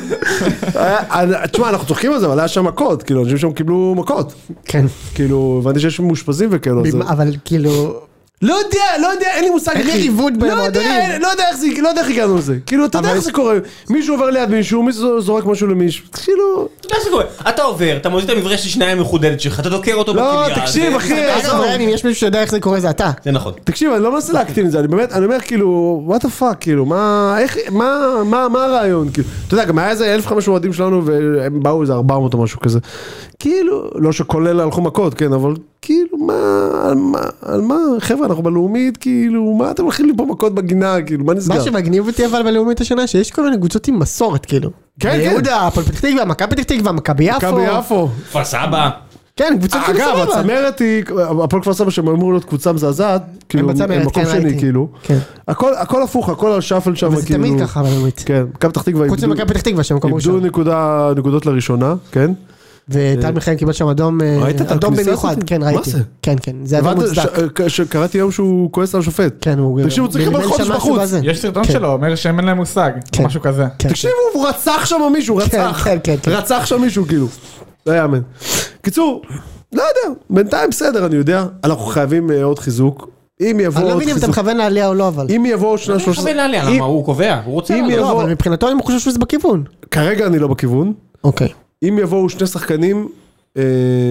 תשמע אנחנו צוחקים על זה, אבל היה שם מכות, כאילו אנשים שם קיבלו מכות, כן, כאילו הבנתי שיש מאושפזים וכאילו, אבל כאילו לא יודע, לא יודע, אין לי מושג אין לי ריבוד בין המועדונים. לא יודע איך זה, לא יודע איך הגענו לזה. כאילו, אתה יודע איך זה קורה. מישהו עובר ליד מישהו, מישהו זורק משהו למישהו. כאילו... אתה יודע איך זה קורה. אתה עובר, אתה מוזיל את המברש של שניים מחודדת שלך, אתה דוקר אותו בכליה. לא, תקשיב, אחי. אם יש מישהו שיודע איך זה קורה, זה אתה. זה נכון. תקשיב, אני לא מנסה להקטין את זה. אני באמת, אני אומר כאילו, what the fuck, כאילו, מה, איך, מה, מה, מה הרעיון? כאילו, אתה יודע, גם היה איזה אלף וחמש מאות אוהדים שלנו, והם באו איזה ארבע מאות או משהו כזה. כאילו, לא שכולל הלכו מכות, כן, אבל כאילו, מה, על מה, על מה, חבר'ה, אנחנו בלאומית, כאילו, מה אתם הולכים לי פה מכות בגינה, כאילו, מה נסגר? מה שמגניב אותי אבל בלאומית השנה, שיש כל מיני קבוצות עם מסורת, כאילו. כן, כן. יהודה, הפועל פתח תקווה, מכבי פתח תקווה, מכבי יפו. מכבי יפו. כפר סבא. כן, קבוצות כאילו אגב, סבבה. הצמרת היא, הפועל כפר סבא שהם אמרו להיות קבוצה מזעזעת, כאילו, בצמרת, מקום כן, שני, ראיתי. כאילו. כן. הכל, הכל הפוך, הכל על שפל שם, וזה כאילו. תמיד ככה בלאומית. כן, מכבי פתח תקווה חוץ ממכבי פתח תקווה, שם מקום איבדו ראשון. נקודה, נקודות לראשונה, כן? וטל מיכאל קיבל שם אדום, ראית את אדום הכניסה במיוחד, הזאת? כן, מה ראיתי. זה? כן, כן, זה אדום מוצדק. שקראתי היום שהוא כועס על השופט. כן, הוא... תקשיב, הוא צריך לקבל נדמה לי חודש שמשהו בחוץ. בזה. יש סרטון כן. שלו, אומר שהם אין להם מושג, כן. משהו כזה. כן. תקשיבו, הוא רצח שם מישהו, רצח. כן, כן, כן. רצח שם מישהו, כאילו. לא יאמן. קיצור, לא יודע, בינתיים בסדר, אני יודע. אנחנו חייבים עוד חיזוק. אם יבוא אני לא עוד מבין אם אתה חיזוק. מכוון לעלייה או לא, אבל. אם יבוא שנה אני מכוון לעלייה, למה הוא קובע, הוא רוצה אם לעלות. יבוא- לא, אבל מבחינתו אני חושב שזה בכיוון. כרגע אני לא בכיוון. אוקיי. אם יבואו שני שחקנים אה,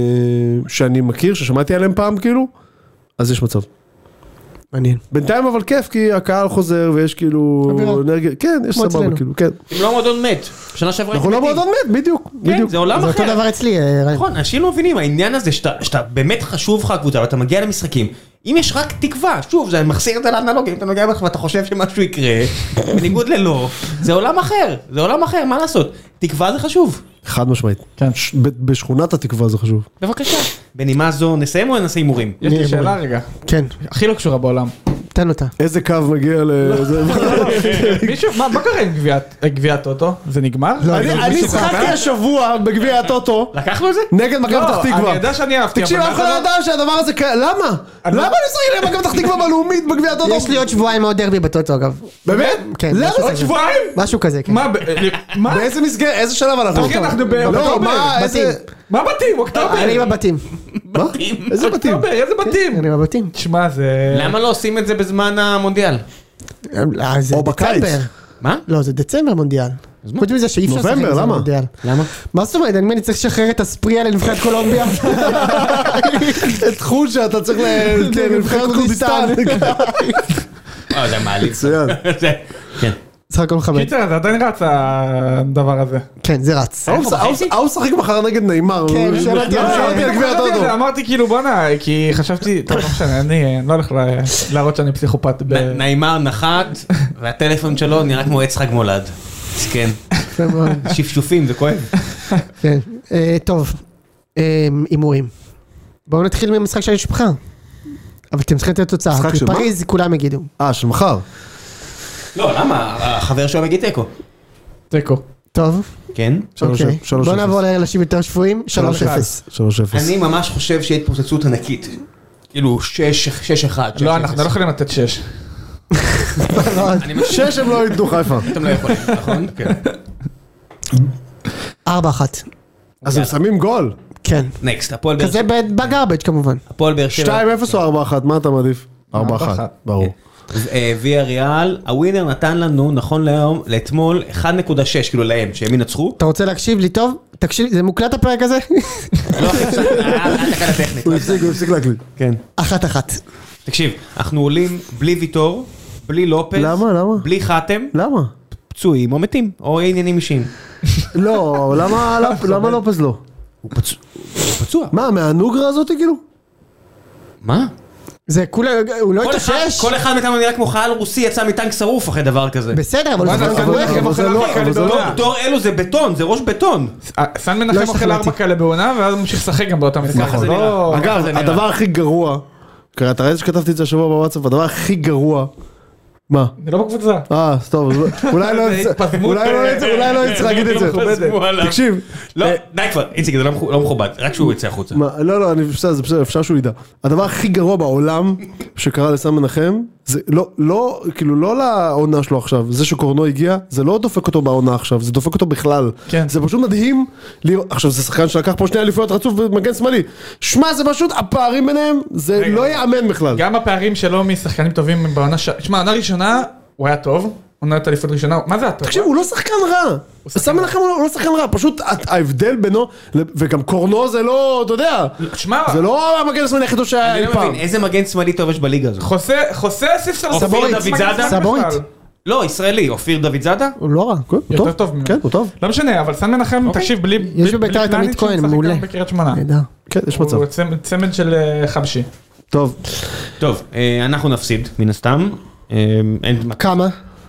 שאני מכיר, ששמעתי עליהם פעם כאילו, אז יש מצב. מעניין. בינתיים אבל כיף, כי הקהל חוזר ויש כאילו אווירה. אנרגיה, כן, יש כמו סבבה אצלנו. כאילו, כן. אם לא מועדון מת, שנה שעברה אנחנו לא הייתי מועדון מת, בדיוק, כן, בדיוק. זה עולם זה אותו אחר. דבר אצלי, אה, ריין. נכון, אנשים לא מבינים, העניין הזה שאתה, שאתה באמת חשוב לך הקבוצה, ואתה מגיע למשחקים, אם יש רק תקווה, שוב, זה מחסיר את האנלוגיה, אם אתה נוגע בך ואתה חושב שמשהו יקרה, בניגוד ללא, זה עולם אחר, זה עולם אחר, מה לעשות? תקווה זה חשוב. חד משמעית. כן. ש- ב- בשכונת התקווה זה חשוב. בבקשה. בנימה זו, נסיים או נעשה הימורים? יש לי ניר, שאלה בואי. רגע, כן, הכי לא קשורה בעולם. תן אותה. איזה קו מגיע לזה? מישהו, מה מה קורה עם גביעת- גביע הטוטו? זה נגמר? אני אני מישהו שחקתי קבע? השבוע בגביע הטוטו, לקחנו את זה? נגד מכבי לא, פתח אני תקווה. יודע שאני אהבתי. תקשיב, אבל אף אחד לא למה ידע שהדבר הזה קרה, למה? אני למה לא- אני משחק למכבי פתח תקווה בלאומית בגביע הטוטו? יש לי עוד שבועיים עוד דרבי בטוטו אגב. באמת? כן, למה? משהו עוד כזה. שבועיים? משהו כזה, כן. מה? ב- מה? באיזה מסגרת, איזה שלב אנחנו? אחי, אנחנו ב- לא, באוקטובר. מה, איזה... מה בתים? אוקטובר. אני בבתים. מה? איזה בתים? אוקטובר, איזה בתים? אני בבתים. תשמע, זה... למה לא עושים את זה בזמן המונדיאל? אה, זה או בקיץ. דצמבר. מה? לא, זה דצמבר מונדיאל. חוץ מזה שאי אפשר לשחק נובמבר, בזה למה? מונדיאל. למה? מה זאת אומרת? אני צריך לשחרר את הספריה לנבחרת קולומביה. את חושה, אתה צריך לנבחרת כורדיסטן. אה, זה מעליב. מצוין. זה- כן. סך הכל מכבד. קיצר, זה עדיין רץ הדבר הזה. כן, זה רץ. ההוא שחק מחר נגד נאמר. כן, הוא- שמעתי על זה. שמעתי על גביע אמרתי את הטוטו. זה, אמרתי כאילו בואנה, כי חשבתי, טוב לא משנה, אני אני לא הולך לה- להראות שאני פסיכופת. ב- נעימר נחת, והטלפון שלו נראה כמו עץ חג מולד. כן. יפה מאוד. שפשופים, זה כואב. כן. אה, טוב. אה, הימורים. בואו נתחיל מהמשחק של המשפחה. אבל אתם צריכים לתת תוצאה. משחק כי של מה? פריז כולם יגידו. אה, של מחר. לא, למה? החבר שלו מגיד תיקו. תיקו. טוב. כן? שלוש אוקיי. אפס, שלוש בואו אפס. נעבור לאנשים יותר שפויים. שלוש אפס. שלוש אפס. אני ממש חושב שיהיה התפוצצות ענקית. כאילו, שש, שש אחד. לא, אנחנו לא יכולים לתת שש. אני חושב שש הם לא ייתנו חיפה. שאתם לא יכולים, נכון? כן. ארבע אחת. אז הם שמים גול. כן. נקסט, הפועל באר כזה שבע. בגרבג' כמובן. הפועל באר שבע. שתיים אפס או ארבע אחת, מה אתה מעדיף? ארבע אחת, ברור. ויה ריאל, הווינר נתן לנו, נכון להיום, לאתמול, אחת נקודה שש, כאילו להם, שהם ינצחו. אתה רוצה להקשיב לי טוב? תקשיב, זה מוקלט הפרק הזה? לא, אל תקל הטכנית. הוא הפסיק, הוא הפסיק להקליט. כן. אחת אחת. תקשיב, אנחנו עולים בלי ויטור, בלי לופז. למה? למה? בלי חתם. למה? פצועים או מתים, או עניינים אישיים. לא, למה למה לופז לא? הוא פצוע. מה, מהנוגרה הזאת כאילו? מה? זה כולה, הוא לא כל אחד- התאושש? כל אחד מאיתנו נראה כמו חייל רוסי יצא מטנק שרוף אחרי דבר כזה. בסדר, אבל מה זה זה, כבר אבל- רכב. אבל זה לא- אבל זה לא- דור- דור אלו זה בטון, זה ראש בטון. סן לא מנחם אוכל השתכנעתי. ארבע כאלה בעונה, ואז ממשיך לשחק גם באותה משחק. ככה זה לא- נראה. אגב, זה נראה. הדבר הכי גרוע, אתה ראית שכתבתי את זה השבוע בוואטסאפ, הדבר הכי גרוע, מה? זה לא בקבוצה. אה, טוב, אולי לא זה יצא- התפזמות, אולי לא יצא- אולי לא יצא להגיד את זה. התפזמו עליו. תקשיב, לא, אה, די כבר, איציק, זה לא מכו- לא מכובד, רק שהוא יצא החוצה. מה, לא, לא, אני בסדר, זה בסדר, אפשר שהוא ידע. הדבר הכי גרוע בעולם שקרה לסן מנחם, זה לא, לא, כאילו לא לעונה שלו עכשיו, זה שקורנו הגיע, זה לא דופק אותו בעונה עכשיו, זה דופק אותו בכלל. כן. זה פשוט מדהים, לראות- עכשיו זה שחקן שלקח פה שני אליפויות רצוף במגן שמאלי. שמע, זה פשוט, הפערים ביניהם, זה רגע. לא יאמן בכלל. גם הפערים שלו משחקנים טובים בעונה ש... תשמע, עונה ראשונה, הוא היה טוב. עונת אליפות ראשונה, מה זה הטוב? תקשיב, הוא לא שחקן רע. סן מנחם הוא לא שחקן רע, פשוט ההבדל בינו, וגם קורנו זה לא, אתה יודע, שמע, זה לא המגן השמאלי הכי טוב שהיה אני אי לא פעם. מבין, איזה מגן שמאלי טוב יש בליגה הזו? חוסה, חוסה ספסל אופיר סבורית. דוד זאדה? סבורית. לא, ישראלי, אופיר דוד זאדה? הוא לא רע. כן, הוא יותר טוב ממנו. כן, הוא טוב. לא משנה, אבל סן מנחם, תקשיב, בלי... יש בלי- בביתר בלי את עמית פלניץ' כהן, הוא משחק מעולה. גם בקריית שמונה. נהדר. כן, יש מצב. הוא צמד- צמד של אה, חבשי. טוב. טוב, אה, אנחנו נפסיד, מן הסתם. אה, אין... כמה?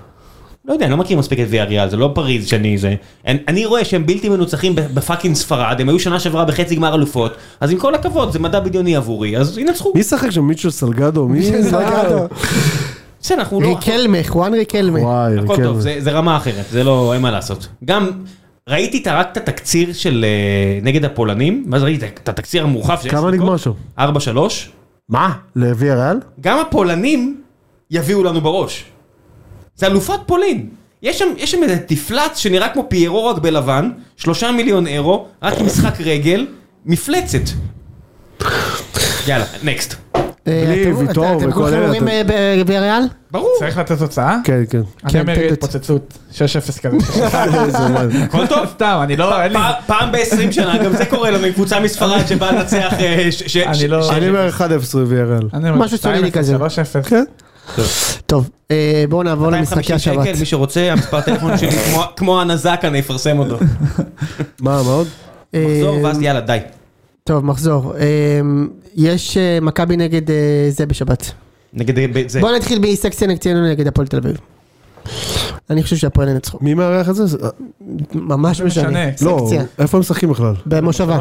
לא יודע, אני לא מכיר מספיק את ויה ריאל, זה לא פריז שאני זה. אני, אני רואה שהם בלתי מנוצחים בפאקינג ספרד, הם היו שנה שעברה בחצי גמר אלופות, אז עם כל הכבוד, זה מדע בדיוני עבורי, אז ינצחו. מי שחק שם? מיצ'ו סלגדו? מי זה? סלגדו. בסדר, אנחנו לא... ריקלמה, חואן ריקלמה. וואי, הכל כן. טוב, זה, זה רמה אחרת, זה לא, אין מה לעשות. גם ראיתי את- רק את התקציר של אה, נגד הפולנים, ואז ראיתי את התקציר המורחב של כמה נגמר שם? ארבע שלוש, מה? לוויה ריאל? גם הפולנים יביאו לנו בראש. זה אלופת פולין. יש שם, יש שם איזה תפלץ שנראה כמו פיירו רק בלבן, שלושה מיליון אירו, רק משחק רגל, מפלצת. יאללה, נקסט. בלי ויטור אתם וכל כולכם אלה, אומרים אתם- בוויאריאל? ברור. צריך לתת תוצאה? כן, כן. אני אומר תן את- התפוצצות, שש אפס כזה. איזה מה. הכל טוב? סתם, אני לא, אין לי... פעם- פעם ב-עשרים שנה, גם זה קורה לנו עם קבוצה מספרד שבאה לנצח... אה, ש- ש- אני ש- לא- ש- אני אומר אחד אפס לוויה ריאל. אני אומר, משהו שתיים סולידי אפס, כזה. שלוש אפס. כן. טוב, אה, בואו נעבור מאתיים למשחקי וחמישים השבת. שקל, מי שרוצה, המספר טלפון שלי, כמו- כמו הנזק, אני אפרסם אותו. מה, מה עוד? מחזור, אה, ואז יאללה, די. טוב, מחזור. אה, יש אה, מכבי נגד אה, זה בשבת. נגד ב- זה. בואו נתחיל בסקציה נגדנו נגד הפועל תל אביב. אני חושב שהפועל ינצחו. מי מארח את זה? זה- ממש זה משנה. משנה. לא, סקציה. איפה הם משחקים בכלל? במושבה.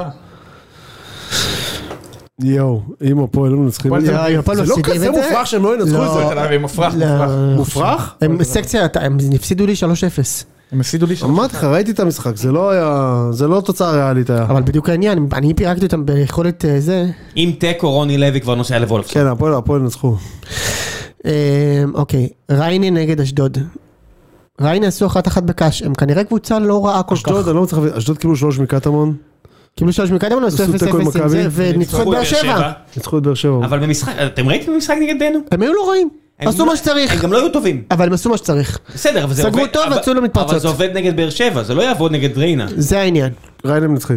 יואו, אם הפועל לא מנצחים את זה. יואו, הפועל זה לא מפסידים כזה את זה? מופרך שהם לא ינצחו את זה. תל אביב, מופרך, לא. מופרך. מופרך? הם סקציה, הם הפסידו לי שלוש אפס. הם הפסידו לי שם. אמרתי לך, ראיתי את המשחק, זה לא היה, זה לא תוצאה ריאלית היה. אבל בדיוק העניין, אני פירקתי אותם ביכולת אה, זה. עם תיקו רוני לוי כבר נוסע לוולפסון. כן, הפועל, הפועל נצחו. אה, אוקיי, ריינה נגד אשדוד. ריינה עשו אחת אחת בקש, הם כנראה קבוצה לא רעה כל כך. אשדוד, אני לא מצליח להבין, אשדוד קיבלו שלוש מקטמון, קיבלו שלוש מקדם, עשו עשו אפס תיקו עם אפס עם מכבי. זה, וניצחו את באר שבע. ניצחו את באר שבע. אבל במשחק, אתם ראיתם במשחק נגדנו? הם היו לא רעים, הם עשו לא- מה שצריך, הם גם לא היו טובים. אבל הם עשו מה שצריך. בסדר, אבל זה סגרו עובד... טוב אבל- ויצאו למתפרצות. אבל זה עובד נגד באר שבע, זה לא יעבוד נגד ריינה. זה העניין. ריינה מנצחים.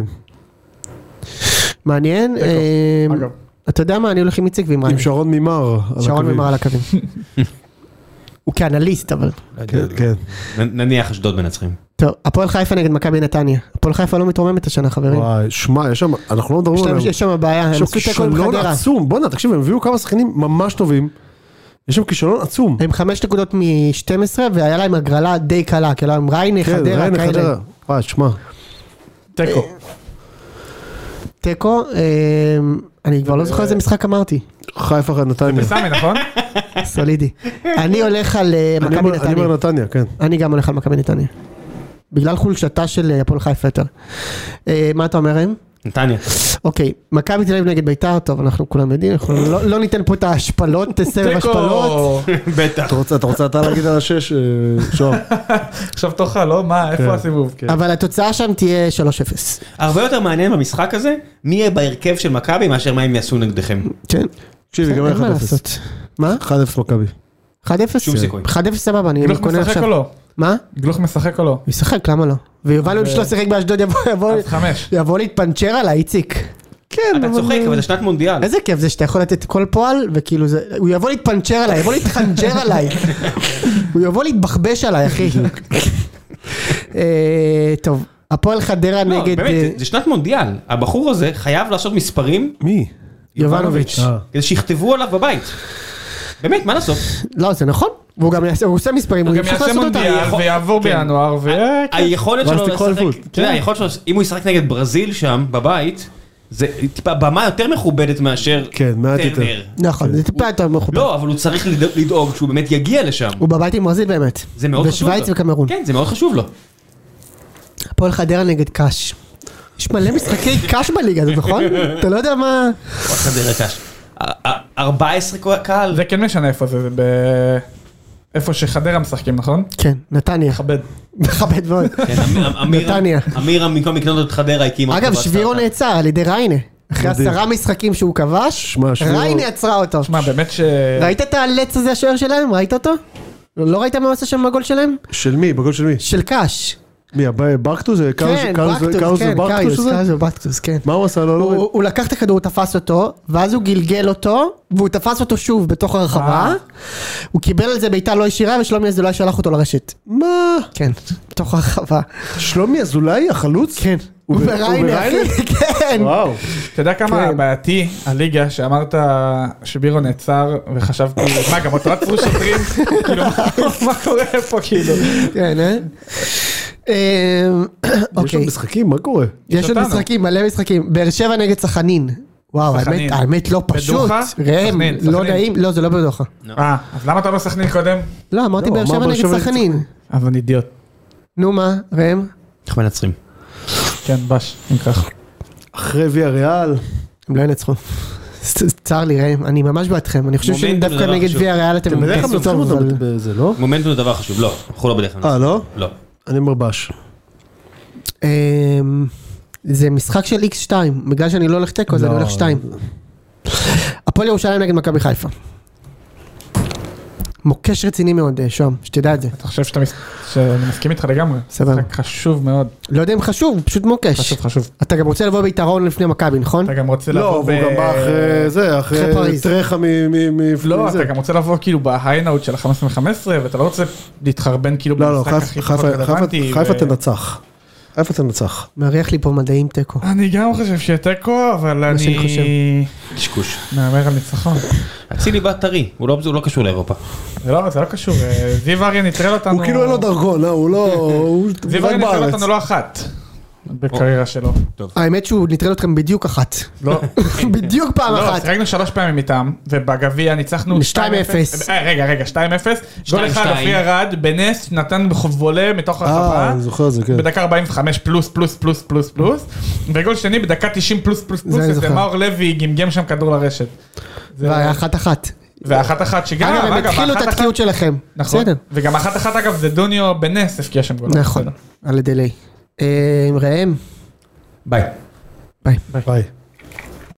מעניין. אה, אגב. אתה יודע מה, אני הולך עם איציק ועם ריינה. עם שרון ממר. על שרון הקווים. ממר על הקווים. הוא כאנליסט, אבל. כן, כן. נ- נניח אשדוד מנצחים. טוב, הפועל חיפה נגד מכבי נתניה. הפועל חיפה לא מתרוממת השנה, חברים. וואי, שמע, יש שם, אנחנו לא יש מדברים להם- עליהם. יש שם בעיה, הם יש שם עשו תיקו עם כישלון חדרה. עצום. בוא'נה, תקשיב, הם הביאו כמה שחקנים ממש טובים. יש שם כישלון עצום. הם חמש נקודות מ-שתים עשרה, והיה להם הגרלה די קלה, כאילו הם ריינה, כן, חדרה, ריינה, כאלה. חדרה. וואי, שמע. תיקו. תיקו, אה, אני כבר לא זוכר איזה משחק אמרתי. חיפה נתניה. בסמי, נכון? סולידי. אני הולך על אה, אני מכבי אומר- אני אומר נתניה. נתניה, כן. אני גם הולך על מכבי נתניה. בגלל חולשתה של אה, הפועל חיפה יותר. אה, מה אתה אומר הם? נתניה. אוקיי, מכבי תל אביב נגד בית"ר, טוב, אנחנו כולם יודעים, אנחנו לא לא ניתן פה את ההשפלות, סבב השפלות. בטח. אתה רוצה אתה להגיד על השש, שוב. עכשיו תורך, לא? מה, איפה הסיבוב? אבל התוצאה שם תהיה שלוש אפס. הרבה יותר מעניין במשחק הזה, מי יהיה בהרכב של מכבי מאשר מה הם יעשו נגדכם. כן. תקשיבי, גם אין מה אחד אפס. לעשות. מה? אחד אפס מכבי. אחד אפס? שום סיכוי. אחד אפס סבבה, אני גלוך קונה משחק עכשיו. או לא? מה? גלוך משחק או לא? הוא ישחק, למה לא? ויובל עוד שלא שיחק באשדוד יבוא, יבוא, אז חמש. יבוא להתפנצ'ר עליי, איציק. כן, אתה צוחק, אבל זה שנת מונדיאל. איזה כיף זה שאתה יכול לתת כל פועל, וכאילו זה, הוא יבוא להתפנצ'ר עליי, יבוא להתחנג'ר עליי. הוא יבוא להתבחבש עליי, אחי. אה, טוב, הפועל חדרה לא, נגד... באמת, זה- זה שנת מונדיאל. הבחור הזה חייב לעשות מספרים, מי? יובנוביץ'. אה. כדי שיכתבו עליו בבית. באמת, מה לעשות? לא, זה נכון. והוא גם יעשה, הוא עושה מספרים, הוא הוא גם ימשיך יעשה לעשות אותם. מונדיאל יכול- ויעבור כן. בינואר ו... היכולת ואז שלו תיקחו לשחק, אליפות. אתה יודע, היכולת שלו, אם הוא ישחק נגד ברזיל שם, בבית, זה טיפה במה יותר מכובדת מאשר כן, מעט יותר. טרנר. נכון, זה טיפה יותר מכובד. לא, אבל הוא צריך לדאוג- לדאוג שהוא באמת יגיע לשם. הוא בבית עם ברזיל באמת. זה מאוד חשוב לו. ושוויץ וקמרון. כן, זה מאוד חשוב לו. הפועל חדרה נגד קאש. יש מלא משחקי קאש בליגה הזאת, נכון? אתה לא יודע מה... עוד חדרה קש. ארבע עשרה קהל. זה כן משנה איפה זה, זה ב... איפה שחדרה משחקים, נכון? כן, נתניה. מכבד. מכבד מאוד. כן, אמיר- אמיר- נתניה. אמיר במקום לקנות את חדרה הקים... אגב, חברת שבירו סטארט-אפ. נעצר על ידי ריינה. אחרי מדהים. עשרה משחקים שהוא כבש, שמע, שבירו- ריינה עצרה אותו. שמע, באמת ש... ראית את הלץ הזה השוער שלהם? ראית אותו? לא ראית מה עושה שם בגול שלהם? של מי? בגול של מי? של קאש. מי? הבא- ברקטוס? זה קארלס- כן, קארלס- ברקטוס, קארלס כן, וברקטוס קאריוס, הזה? קאריוס וברקטוס, כן. מה הוא עשה? לא, לא, הוא הוא לקח את הכדור, הוא תפס אותו, ואז הוא גלגל אותו, והוא תפס אותו שוב בתוך הרחבה. הוא קיבל על זה בעיטה לא ישירה, ושלומי אזולאי שלח אותו לרשת. מה? כן, בתוך הרחבה. שלומי אזולאי החלוץ? כן. הוא הוא בריינה, בריינה? אחי, כן. וואו. אתה יודע כמה כן. בעייתי הליגה שאמרת שבירו נעצר וחשבתי, מה גם אותו עצרו שוטרים? כאילו, מה- מה קורה פה כאילו? כן, אה? אמ, יש אוקיי, עוד משחקים? מה קורה? יש עוד אותנו. משחקים, מלא משחקים. באר שבע נגד סכנין. וואו, סכנין. האמת, האמת לא פשוט. בדוחה? ראם, סכנין, לא סכנין. נעים, לא, זה לא בדוחה. אה, אז למה אתה לא סכנין קודם? לא, אמרתי לא, באר אמר שבע באר נגד שבע נגד סכנין. אז אני אידיוט. נו מה, ראם? איך מנצחים? כן, בש, אם כך. אחרי ויה ריאל. הם לא ינצחו. צר לי ראם, אני ממש בעדכם. אני חושב מומנטום שדווקא זה דבר נגד חשוב. ויה ריאל אתם אתם בדרך כלל תעשו מנצחים טוב, אותם אבל... בזה, לא? מומנטום זה דבר חשוב. לא, אנחנו לא בדרך כלל. אה, לא? לא. אני מרבש. אמ, זה משחק של איקס שתיים, בגלל שאני לא הולך תיקו, אז אני לא. הולך שתיים. הפועל ירושלים נגד מכבי חיפה. מוקש רציני מאוד, שום, שתדע את זה. אתה חושב שאתה מס- שאני מסכים איתך לגמרי? סבבה. משחק חשוב מאוד. לא יודע אם חשוב, פשוט מוקש. חשוב, חשוב. אתה גם רוצה לבוא ביתרון לפני מכבי, נכון? אתה גם רוצה לא, לבוא והוא גם בא אחרי זה, אחרי אחרי פריז. טרחה מ... מ- מ- לא, מזה. אתה גם רוצה לבוא כאילו בהיינאוט של ה-חמש עשרה חמש עשרה, ואתה לא רוצה להתחרבן כאילו לא, לא, במשחק הכי חיפה- פחות חיפה- רלוונטי. חיפה ו- תנצח. חיפה תנצח. מעריך לי פה מדעים תיקו. אני גם חושב שיהיה תיקו, אבל שאני חושב. אני קשקוש. מהמר על ניצחון. אצילי בת טרי, הוא לא הוא לא קשור לאירופה. זה לא, זה לא קשור, אה, זיו אריה נטרל אותנו. הוא כאילו אין לו דרכון, אה? הוא לא... הוא זיו רק אריה נטרל בארץ. אותנו לא אחת. בקריירה שלו. האמת שהוא נטרל אתכם בדיוק אחת. לא, בדיוק פעם לא, אחת. שיחקנו שלוש פעמים איתם, ובגביע ניצחנו שתיים אפס. אה, רגע, רגע, שתיים אפס. גול אחד שתיים. לפי ירד, בנס נתן וולה מתוך אה, הרחבה. אני זוכר את זה, כן. בדקה ארבעים וחמש פלוס פלוס פלוס פלוס פלוס, וגול שני בדקה תשעים פלוס פלוס פלוס, אני זוכר. ומאור לוי גמגם שם כדור לרשת. זה- והיה אחת אחת. ואחת אחת שגם, אגב, הם התחילו את אחת התקיעות אחת- שלכם. נכון, בסדר. וגם אחת אחת אגב זה דוניו בנס הפקיע שם גול. נכון, בסדר. על הדיליי. ראם, ביי. ביי. ביי.